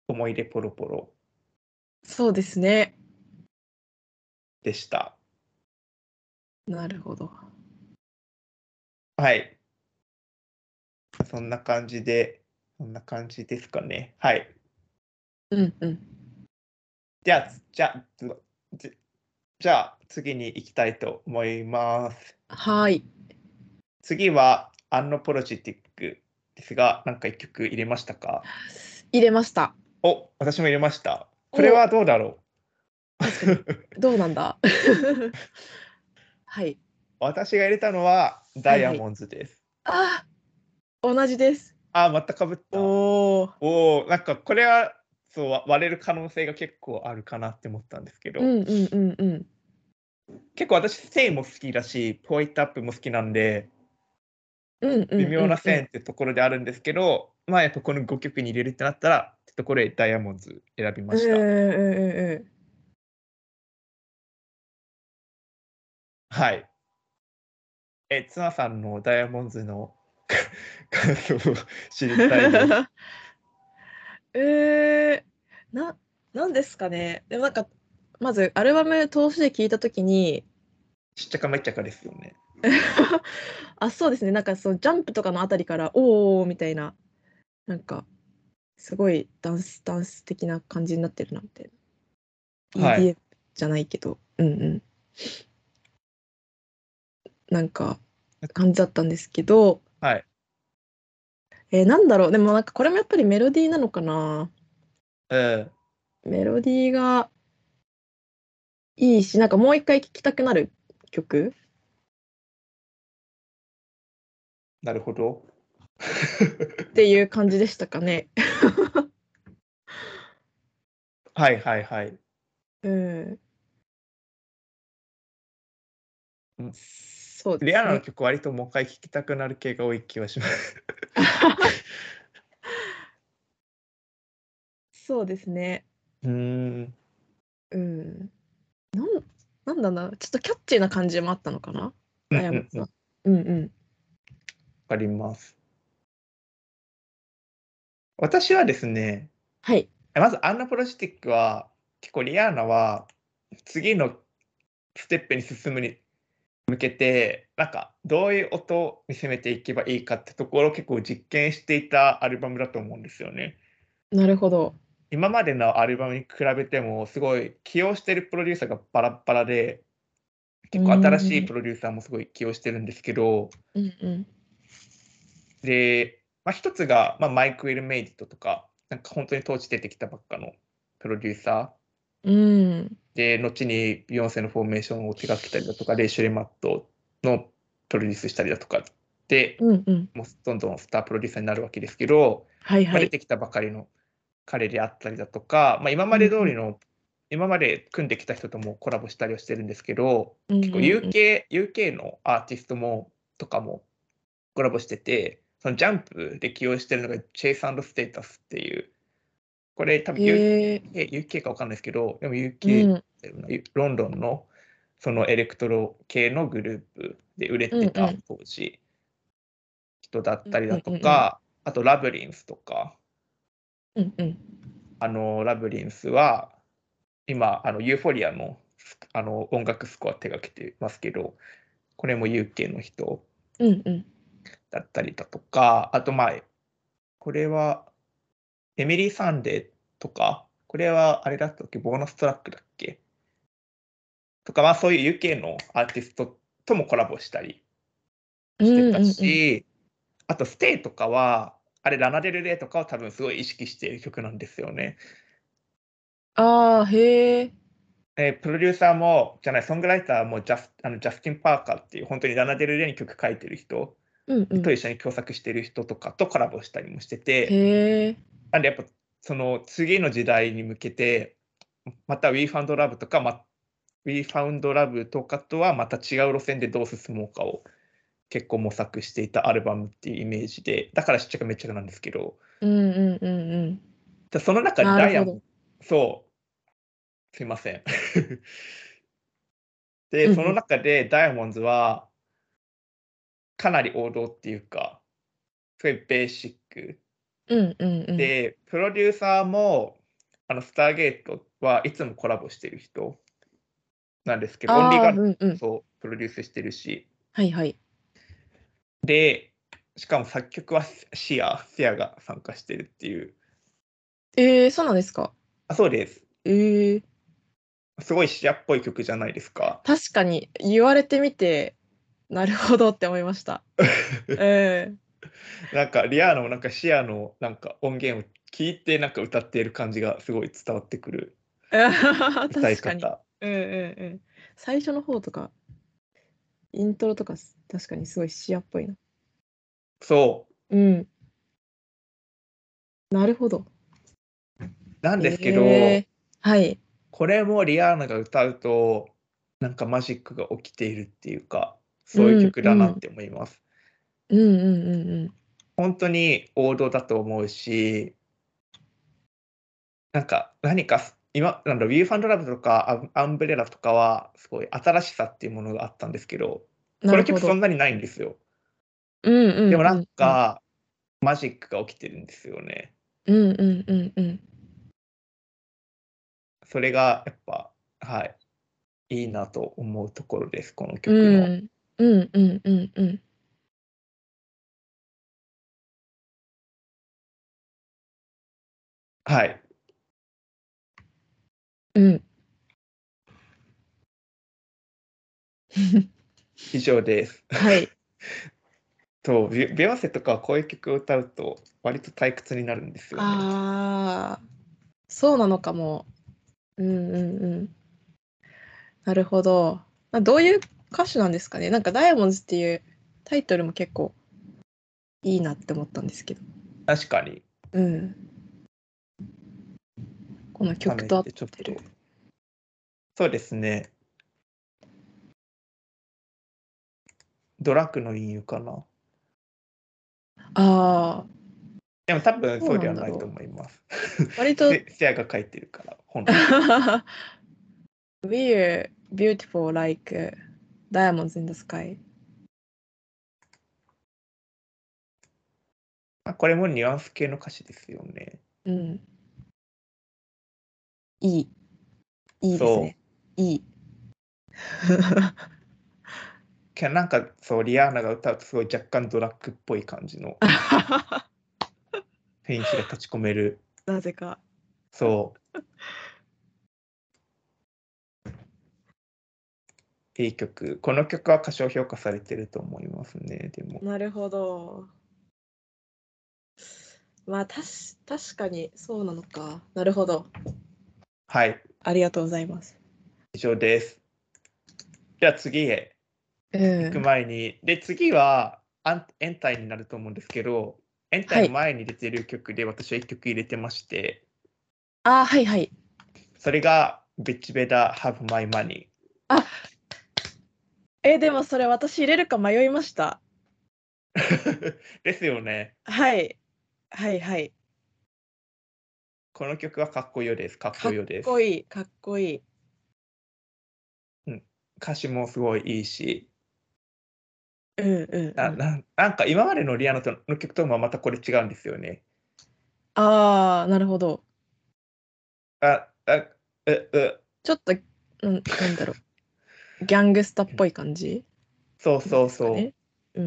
思い出ポロポロそうですね。 でした。 なるほど。 はい。そんな感じで、そんな感じですかね。はい。 うんうん。 じゃあ、じゃあ、つじじゃあ次に行きたいと思います。 はい。 次は、アンノポロジティックですが、なんか一曲入れましたか？ 入れました。 お、私も入れました。これお、 はどうだろう？ 確かに。どうなんだ。はい。 私が入れたのは、ダはいはい。 イヤモンズです。 ああ、同じです。 あ、またかぶった。 おお。 おお、なんかこれは、そう、わ割れる可能性が結構あるかなって思ったんですけど、 うんうんうんうん。 結構私、セイも好きだし、ポイントアップも好きなんで、 うんう微妙なんうんうん。 線ってところであるんですけど、まあ、やっぱこのごきょくに入れるってなったら、ちょっとこれダイヤモンズ選びまうんうした。 んうんうん。 はい。え、ツナさんのダイヤモンズの感想を知りたいです。 ええ、ななんですかね。でもなんか、まずアルバム通しで聴いた時に、 しっちゃかめっちゃかですよね。 あ、そうですね、なんかそうジャンプとかのあたりから、おおみたいな、なんかすごいダンスダンス的な感じになってるなみたいな。 はい。 イーディーエム じゃないけど、うんうん。なんか感じだったんですけど、 はい。 えーなんだろう、でもなんかこれもやっぱりメロディーなのかな。 うん。 メロディーがいいし、なんかもう一回聴きたくなる曲なるほど。 っていう感じでしたかね。 はいはいはい。 うん。 うん。 そうでリアすね。 ナの曲割ともう一回聴きたくなる系が多い気はします。 そうですね。 うーん、 うん。なんなんだな、ちょっとキャッチーな感じもあったのかな、 うんダイヤモンドは。 うんうん、 うんうん。 わかります。私はですね、 はい。 まずアンナプロジティックは、結構リアーナは、次のステップに進むに向けて、なんかどういう音に攻めていけばいいかってところを結構実験していたアルバムだと思うんですよね。 なるほど。 今までのアルバムに比べても、すごい起用してるプロデューサーがバラッバラで、 うー結構新しいん。 プロデューサーもすごい起用してるんですけど、 うんうん。 で、まあ、一つが、まあ、マイク・ウェルメイドとか、なんか本当に当時出てきたばっかのプロデューサうーん。 ーで、後にビヨンセのフォーメーションを手掛けたりだとか、レイ・シュレマットのプロデュースしたりだとかで、 うんうん。 もうどんどんスタープロデューサーになるわけですけど、まあ、 はいはい。 出てきたばかりの彼であったりだとか、まあ、今までうんうん。 通りの今まで組んできた人ともコラボしたりはしてるんですけど、 うん結構うんうん。 ユーケー ユーケー のアーティストもとかもコラボしてて、そのジャンプで起用してるのがチェイス&ステータスっていう、これ多分へえ。 ユーケー, ユーケーかわかんないですけど、でもうユーケーん。 だよな、ゆロンドンのそのエレクトロ系のグループで売れてたうんうん。 当時人だうんったりだうんうんうん。 とか、あとラブリンスとか、 うんうん。 あのラブリンスは今あのユーフォリアのあの音楽スコア手掛けてますけど、これも ユーケー の人うんうん。 だったりだとか、あとまあこれはエミリー・サンデーとか、これはあれだったっけ、ボーナストラックだっけとか、まあ、そういう ユーケー のアーティストともコラボしたりしてたうんうんうん。 し、あとステイとかは、あれラナデルレイとかを多分すごい意識している曲なんですよね。 ああ、へえ。 えープロデューサーも、じゃない、ソングライターもジャスあのジャスティン・パーカーっていう、本当にラナデルレイに曲書いてる人うんうん。 と一緒に共作してる人とかとコラボしたりもしてて、 へえ。 なんでやっぱその次の時代に向けて、また We Found Love とか、ま、We Found Love とかとはまた違う路線でどう進もうかを結構模索していたアルバムっていうイメージで、だからしっちゃかめっちゃかなんですけど、 うんうんうんうん。 でその中でなるほど。 ダイヤモンそう、すいません。で、そのうんうん。 中でダイヤモンズはかなり王道っていうか、すごいベーシックうんうんうん。 で、プロデューサーも、あの、スターゲートはいつもコラボしてる人なんですけど、オンリーああ、 ガンうんうん。 そう、プロデュースしてるし、 はいはい。 で、しかも作曲はシアシアが参加してるっていう。 ええ、そうなんですか。 あ、そうです。 ええ。 すごいシアっぽい曲じゃないですか。 確かに言われてみて、なるほどって思いました。ええ。 なんかリアーナもなんかシアのなんか音源を聞いてなんか歌っている感じがすごい伝わってくる歌い確かに。 方。 うんうんうん。最初の方とか、イントロとかす確かにすごいシアっぽいな。 そう。 うん、なるほど。 なんですけど、 ええ、はい。 これもリアーナが歌うと、なんかマジックが起きているっていうか、そういううん曲うん。 だなって思います。 うんうんうんうん。 ほんとに王道だと思うし、なんか何かす今なんだ、We Found Love とか、アンアンブレラとかは、すごい新しさっていうものがあったんですけど、この曲なるほど。 そんなにないんですよ。 うんうんでもなんうんうん。 か、マジックが起きてるんですよね。 うんうんうんうん。 それがやっぱ、はい、いいなと思うところです、このう曲の。 ん。うんうんうんうん。 はい、 うん。 以上です。 はい。 そう、ビビヨンセとかはこういう曲を歌うと、割と退屈になるんですよね。 ああ、そうなのかも。うんうんうん。なるほど。ま、どういう歌手なんですかね？なんかダイヤモンズっていうタイトルも結構いいなって思ったんですけど。 確かに、 うん。この曲と合っ試してちょってる。 とそうですね、ドラッグの隠喩かな。 ああ、 でも多分どうそうではないとなんだろう。 思います。 割とせせやが書いてるから、本来は。 We're beautiful like diamonds in the sky. ま、これもニュアンス系の歌詞ですよね。 うん。いい。いいですね。 そう。 いい。 けなんか、そう、リアーナが歌うとすごい若干ドラッグっぽい感じの雰囲気が立ち込める、 なぜか。 そう、いい曲。この曲は過小評価されてると思いますね、でも。 なるほど。まあ、たし確かにそうなのか。なるほど。 はい、 ありがとうございます。 以上です。では次へう行くん。 前に、で、次は、アンエンタイになると思うんですけど、エンタイのはい。 前に出てる曲で私はいっきょく入れてまして、 ああ、はいはい。 それが Bitch Better Have My Money。 あ、え、でもそれ私入れるか迷いました。 ですよね。 はい。はいはい。 この曲はかっこよです。かっかっこよです。 こいい、かっこいい。 うん。歌詞もすごいいいし、 うんうんうん。 ななんなんか今までのリアーナとの曲ともまたこれ違うんですよね。 ああ、なるほど。 あ、あ、う、う、 ちょっと、うん、なんだろう、ギャングスタっぽい感じなんそうそうそう。 ですかね。うん。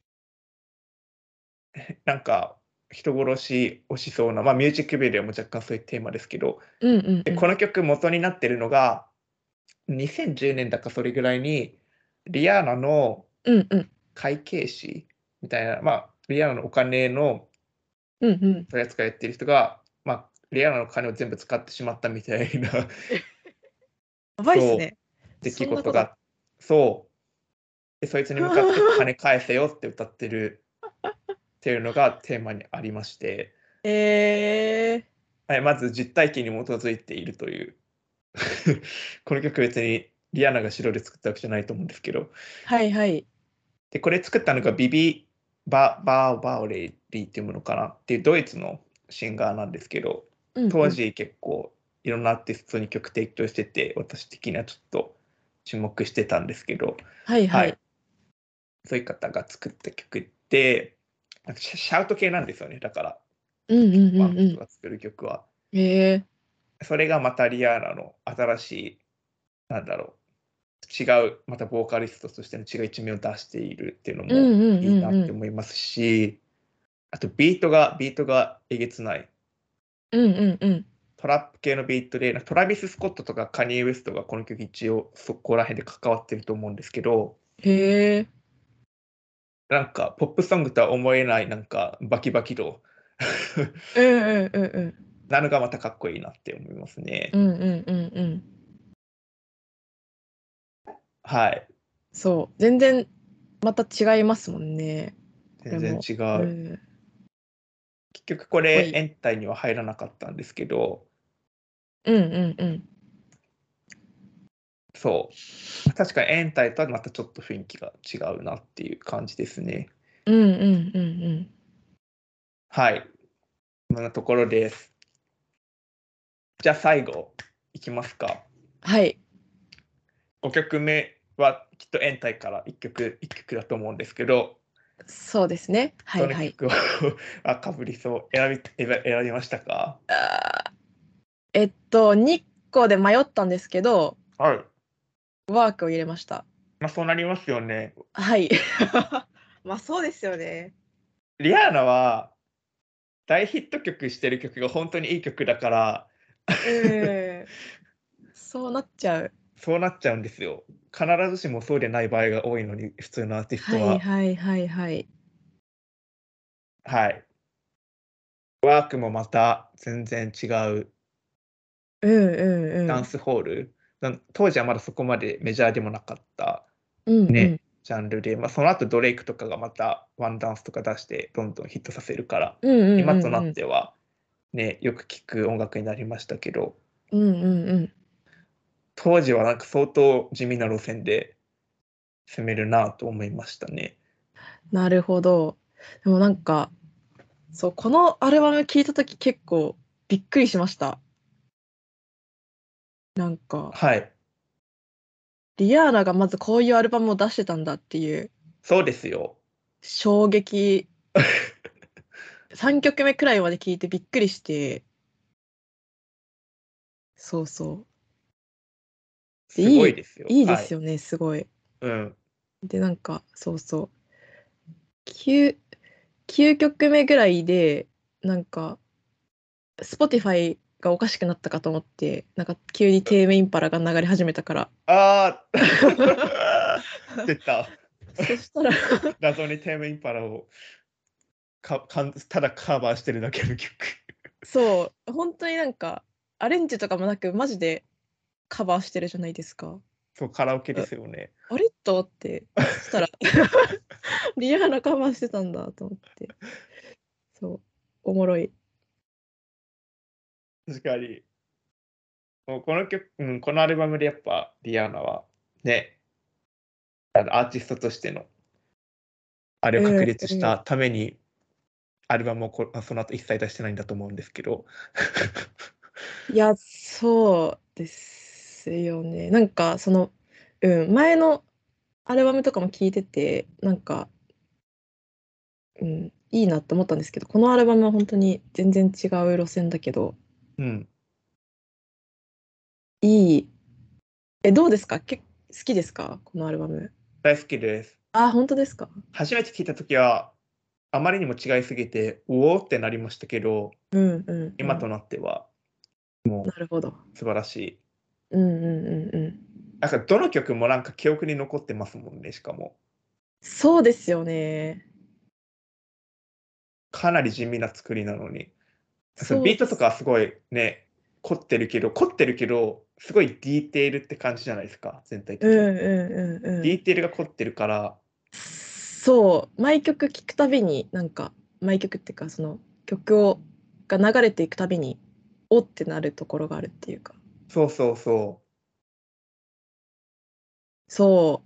なんか人殺しをしそうな、ま、ミュージックビデオも若干そういうテーマですけど、 うんうんで、 うん。 この曲元になってるのが、にせんじゅうねんだかそれぐらいに、 リアーナのうんうん。 会計士みたいな、まあ、リアーナのお金のうんうん。 取り扱いやってる人が、まあ、リアーナの金を全部使ってしまったみたいなやばいっすそう、 ね。 出来そんなことあっ事が、そう、で、そいつに向かって金返せよって歌ってるっていうのがテーマにありまして、 えはい、まず実体験に基づいているという。この曲別にリアーナが白で作ったわけじゃないと思うんですけど、 ー、はいはい。 で、これ作ったのがビビ・ババーバーレリーっていうものかなっていうドイツのシンガーなんですけど、 うんうん。 当時結構いろんなアーティストに曲提供してて、私的にはちょっと注目してたんですけど、はい、 はいはい。 そういう方が作った曲で、なんかシャシャウト系なんですよね、だから、 うんうんワンうんうが作る曲は。 ん。えー、 それがまたリアーナの新しい、なんだろう、違う、またボーカリストとしての違う一面を出しているっていうのもうんうんいいなってうんうん。 思いますし、あとビートが、ビートがえげつない。 うんうんうん。 トラップ系のビートで、トラビス・スコットとかカニエ・ウェストがこの曲一応そこら辺で関わってると思うんですけど、 へえ。 なんかポップソングとは思えないなんかバキバキ度うんうんうんうん。 なのがまたかっこいいなって思いますね。 うんうんうんうん。 はい。 そう。全然また違いますもんね。これも。 全然違う。 うん。かっ結局これ、 こいい。 延滞には入らなかったんですけど、 うんうんうん。 そう。確かに延滞とはまたちょっと雰囲気が違うなっていう感じですね。 うんうんうんうん。 はい。こんなところです。じゃあ最後、いきますか。 はい。 ごきょくめはきっと延滞からいっきょく、いっきょくだと思うんですけど、 そうですね。はいはい。 どの曲をあかぶりそう選び選選びましたか？ あーえっと、にっこで迷ったんですけど、 はい。 ワークを入れました。 まあそうなりますよね。 はい。まあそうですよね。 リアーナは大ヒット曲してる曲が本当にいい曲だからうん。そうなっちゃう。 そうなっちゃうんですよ。必ずしもそうでない場合が多いのに、普通のアーティスはいトは。 はいはいはい。 はい。ワークもまた全然違ううんうんうん。 ダンスホール、なん当時はまだそこまでメジャーでもなかったうんうん。 ね、ジャンルで、まあ、その後ドレイクとかがまたワンダンスとか出してどんどんヒットさせるから、 うんうん今となうんうん。 ってはね、よく聴く音楽になりましたけど、 うんうんうん。 当時はなんか相当地味な路線で攻めるなと思いましたね。 なるほど。でもなんか、そう、このアルバム聴いたとき結構びっくりしました。なんか、 はい、 リアーナがまずこういうアルバムを出してたんだっていうそうですよ。 衝撃、さんきょくめくらいまで聞いてびっくりして、そうそう。で、 すごいい、 いですよ。 いいではい。 すよね、すごい。 うん。 で、なんか、そうそう。きゅう、きゅうきょくめぐらいで、なんか、Spotify がおかしくなったかと思って、なんか急にテーマインパラが流れ始めたから。 ああ出た。 そしたら謎にテーマインパラをかかんただカバーしてるだけの曲。 そう、本当になんか、アレンジとかもなく、マジでカバーしてるじゃないですか。 そう、カラオケであすよね。 あれと思って、そしたらリアーナカバーしてたんだと思って。そう、おもろい。 確かに。もうこの曲うん、このアルバムでやっぱリアーナは、ね、あのアーティストとしてのあれをうん確立しうん。 たために、アルバムをこその後一切出してないんだと思うんですけど。 いや、そうですよね。なんか、その、うん、前のアルバムとかも聞いてて、なんか、うん、いいなって思ったんですけど、このアルバムは本当に全然違う路線だけど、 うん、 いい。え、どうですか？け好きですか？このアルバム。 大好きです。 あ、本当ですか？ 初めて聞いた時は、あまりにも違いすぎて、うおってなりましたけど、 うんうんうん。 今となってはなるほど。 素晴らしい。 うんうんうんうん。 なんかどの曲もなんか記憶に残ってますもんね、しかも。 そうですよね。 かなり地味な作りなのに。そのそうです。 ビートとかはすごいね、凝ってるけど、凝ってるけど、すごいディテールって感じじゃないですか、全体的に。 うんうんうんうん。 ディテールが凝ってるから、 そう、毎曲聴くたびに、なんか、毎曲っていうか、その曲をが流れていくたびに、おってなるところがあるっていうか。 そうそうそう。 そう、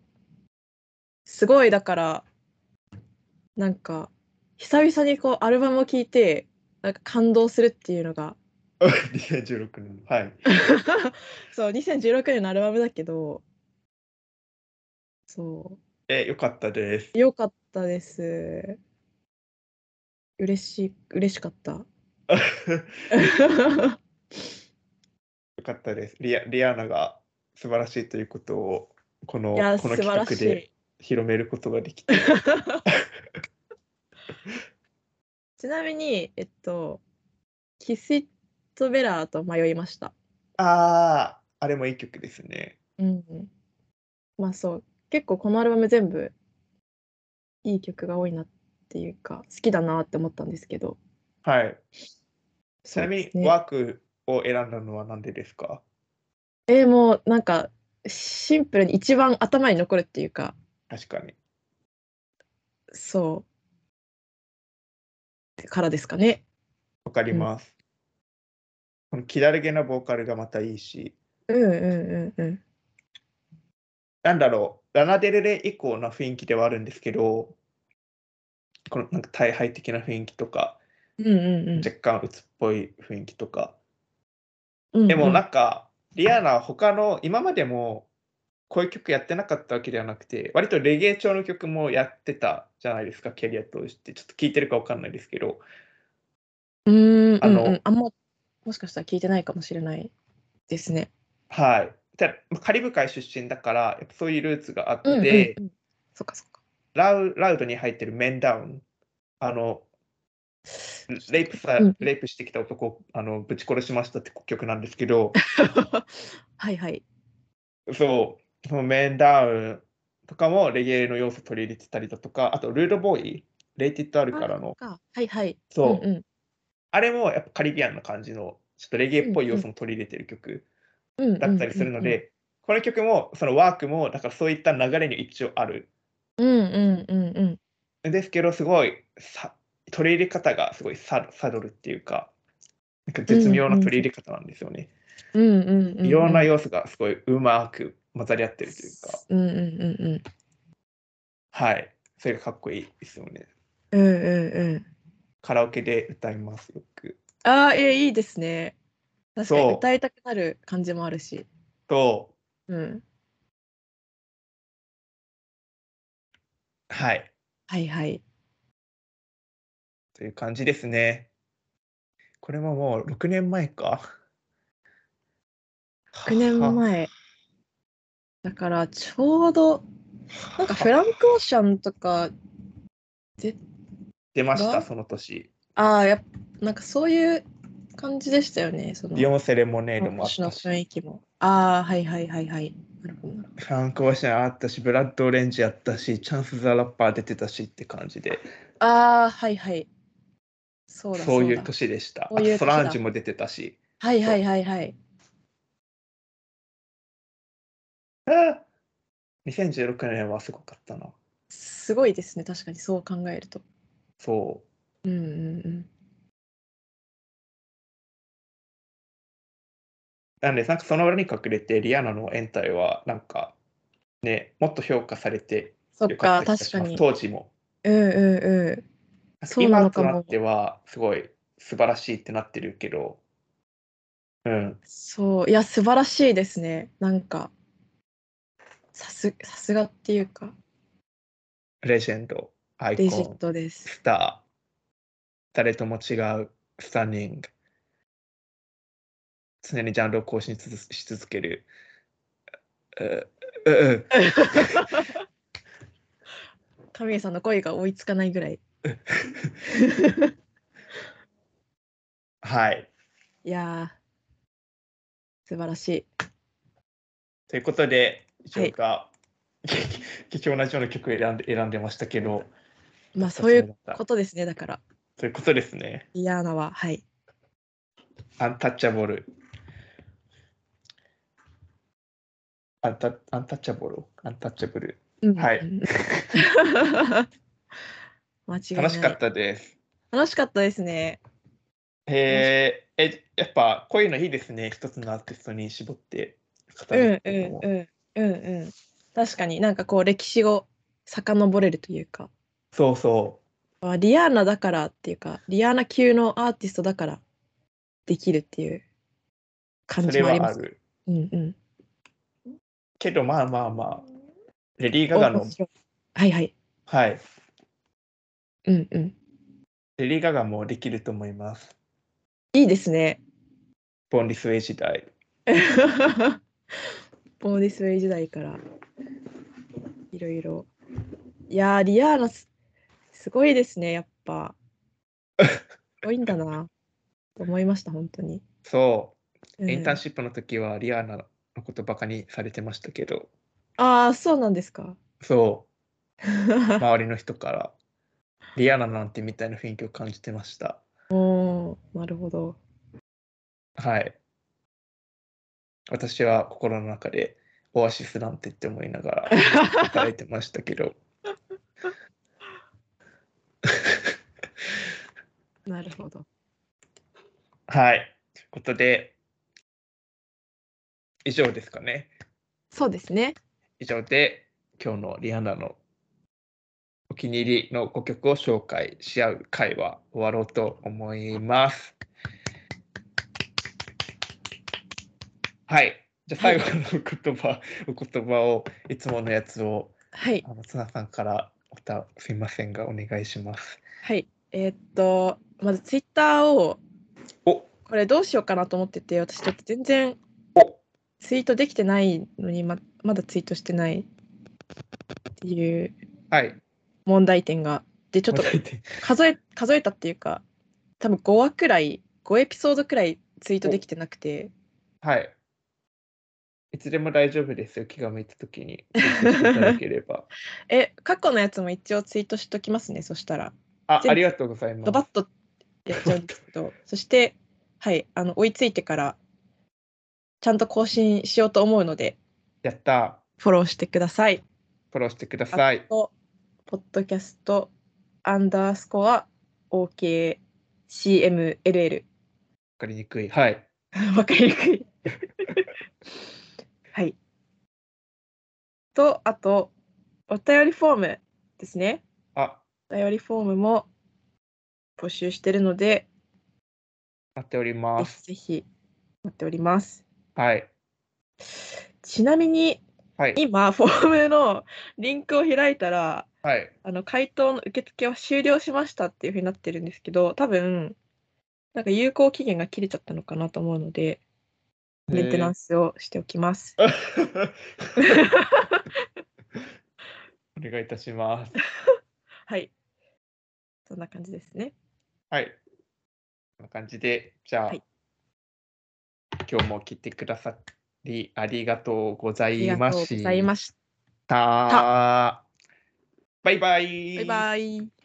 すごいだから、なんか、久々にこうアルバムを聴いて、なんか感動するっていうのが、 にせんじゅうろくねん、はい。 そう、にせんじゅうろくねんのアルバムだけど、そえ、良かったです。 う、良かったです。嬉しい嬉しかった。 良かったです。リアリアーナが素晴らしいということを、こいや、 のこの素晴ら企画でしい。 広めることができて。 ちなみに、えっと、キスイットベラーと迷いました。 ああ、あれもいい曲ですね。 うん、うん。ま、そう、結構このアルバム全部いい曲が多いなっていうか、好きだなって思ったんですけど、 はい。ちそうなみにですね。 ワークを選んだのは何でですか？ え、もうなんか、シンプルに一番頭に残るっていうか、 確かに。 そう、からですかね。 わかりうん。 ます。この気だるげなボーカルがまたいいし、 うんうんうんうん。 なんだろう、ラナデルレ以降の雰囲気ではあるんですけど、このなんか退廃的な雰囲気とか、 うんうんうん。 若干鬱っぽい雰囲気とか。でもなうんうん。 んか、リアーナは他の今までもこういう曲やってなかったわけではなくて、割とレゲエ調の曲もやってたじゃないですか、キャリア通して。ちょっと聞いてるかわかんないですけど、 うーん、うんうん。 あのあんま、もしかしたら聞いてないかもしれないですね。 はい。で、ま、カリブ海出身だから、やっぱそういうルーツがあっうんうんて、 うん。そっかそっか。 ラウラウドに入ってるメンダウン、あの、レイプさうんうん。 レイプしてきた男を、あの、ぶち殺しましたって曲なんですけど、 はいはい。 そう、そのメンダウンとかもレゲエの要素取り入れてたりだとか、あとルードボーイ、レイティッドあるああ、 からの、 そっか。はいはい。うんそう、 うん。 あれもやっぱカリビアンな感じの、ちょっとレゲエっぽい要うんうん。 素も取り入れてる曲うんうんだったりすうんうん。 るので、この曲もそのワークも、だからそういった流れに一応ある。 うんうんうんうん。 ですけど、すごい、さ取り入れ方がすごいササドルっていうか、なんか絶うんうん。 妙な取り入れ方なんですよね。 うんうんうんうん。 いろんな要素がすごいうまく混ざり合ってるというか、 うんうんうんうん。 はい、それがかっこいいですよね。 うんうんうん。 カラオケで歌います、よく。 ああ、え、いいですね。確かにそう、 歌いたくなる感じもあるし。 と、 うん。 はい、 はいはい。 という感じですね。これももうろくねんまえか。はろくねんは、 まえ。だからちょうど、なんかフランク・オーはシャンとかで出ました、 が、 その年。 ああ、やっなんかそういう感じでしたよね、その、 ビヨンセレモネードもあっその年のたし。 雰囲気も。ああ、はいはいはいはい。なるほどなるほど。 フランク・オーシャンあったし、ブラッド・オレンジやったし、チャンス・ザ・ラッパー出てたしって感じで、 ああ、はいはい。そうだそういうそうだ。 年でした。 そうあとソラいう年だ。 ンジュも出てたし、 はいはいそう。 はいはい。 ああ、にせんじゅうろくねんはすごかったな。 すごいですね、確かにそう考えると。 そう。 うんうんうん。 なんで、なんかその裏に隠れて、リアーナのエンタイは、なんか、ね、もっと評価されてそっか、 良かった気がします、 確かに。 当時も。 うんうんうん。 なんかそうな今となってのかも。 は、すごい素晴らしいってなってるけど、うん、 そう、いや、素晴らしいですね。なんか、さすさすがっていうか、 レジェンド、アイレジェンコン、 ドです。 スター、誰とも違う、スタンニング、常にジャンルを更新つづし続ける。うううん。 神谷さんの声が追いつかないぐらい。 はい。 いやー、素晴らしい。 ということで、 以上が、貴重なような曲を選んで選んでましたけど、 まあそういうことですね、だから。 そういうことですね。 リアーナは、はい。 アンタッチャブル。アンタアンタッチャブル。アンタッチャブル。 うんはい。 間違い楽しかっない。 たです。 楽しかったですね。 へえ、え、やっぱこういうのいいですね。一つのアーティストに絞って語うんるっていうのも。 うんうんうんうん。確かになんかこう歴史を遡れるというか、 そうそあリアーナだからっていうか、リアーナ級のアーティストだからできるっていうう。 感それじもあります。 はある。 うんうん。 けどまあまあまあ、レディー・ガガの、 面白い。はいはい。 はい、 うんうん。 レディー・ガガもできると思います。 いいですね。 ボン・リスウェイ時代。 ボーディスウェイ時代からいろいろ。いやー、リアーナす、すごいですね、やっぱ。すごいんだな、と思いました、本当に。 そう、 うん、 インターンシップの時はリアーナのことバカにされてましたけど、 ああ、そうなんですか。 そう、周りの人からリアーナなんてみたいな雰囲気を感じてました。 おー、なるほど。 はい。私は心の中でオアシスなんてって思いながら働いてましたけど。 なるほど。 はい。ということで、以上ですかね。 そうですね。 以上で、今日のリアーナのお気に入りのごきょくを紹介し合う会は終わろうと思います。はい。じゃあはい最後の言葉、お言葉を、いつものやつを、 はい。 あの、ツナさんからまたすいませんが、お願いします。 はい。えーっと、まずツイッターを、 おこれどうしようかなと思ってて、私ちょっと全然おツイートできてないのに、ま、まだツイートしてないっていうはい。 問題点が。で、ちょっと答えて。 数え、数えたっていうか、多分ごわくらい、ごエピソードくらいツイートできてなくて、 はい。いつでも大丈夫ですよ。気が向いたときにツイートしていただければ。 え、過去のやつも一応ツイートしときますね、そしたら。 あ、あ全部りがとうございます。 ドバッとやっちゃうんですけど、そして、はい、あの追いついてからちゃんと更新しようと思うので、 やった。 フォローしてください。 フォローしてくだあさい。 と、ポッドキャストアンダースコア オーケーシーエムエルエル。 わかりにくい。はい。 わかりにくい。はい。と、あと、お便りフォームですね。 あ、 お便りフォームも募集してるので、 待っておりぜひます。 ぜひ待っております。 はい。 ちなみに、 はい。 今、フォームのリンクを開いたら、 はい。 あの回答の受付は終了しましたっていうふうになってるんですけど、多分、なんか有効期限が切れちゃったのかなと思うので、メンテナンへスをしておきます。 ーお願いいたします。 はい、そんな感じですね。 はい。こんな感じで、じゃあ、 はい、 今日も来てくださりありがとうござありいまがとうございしました。 た。バイババイイ。 バイ。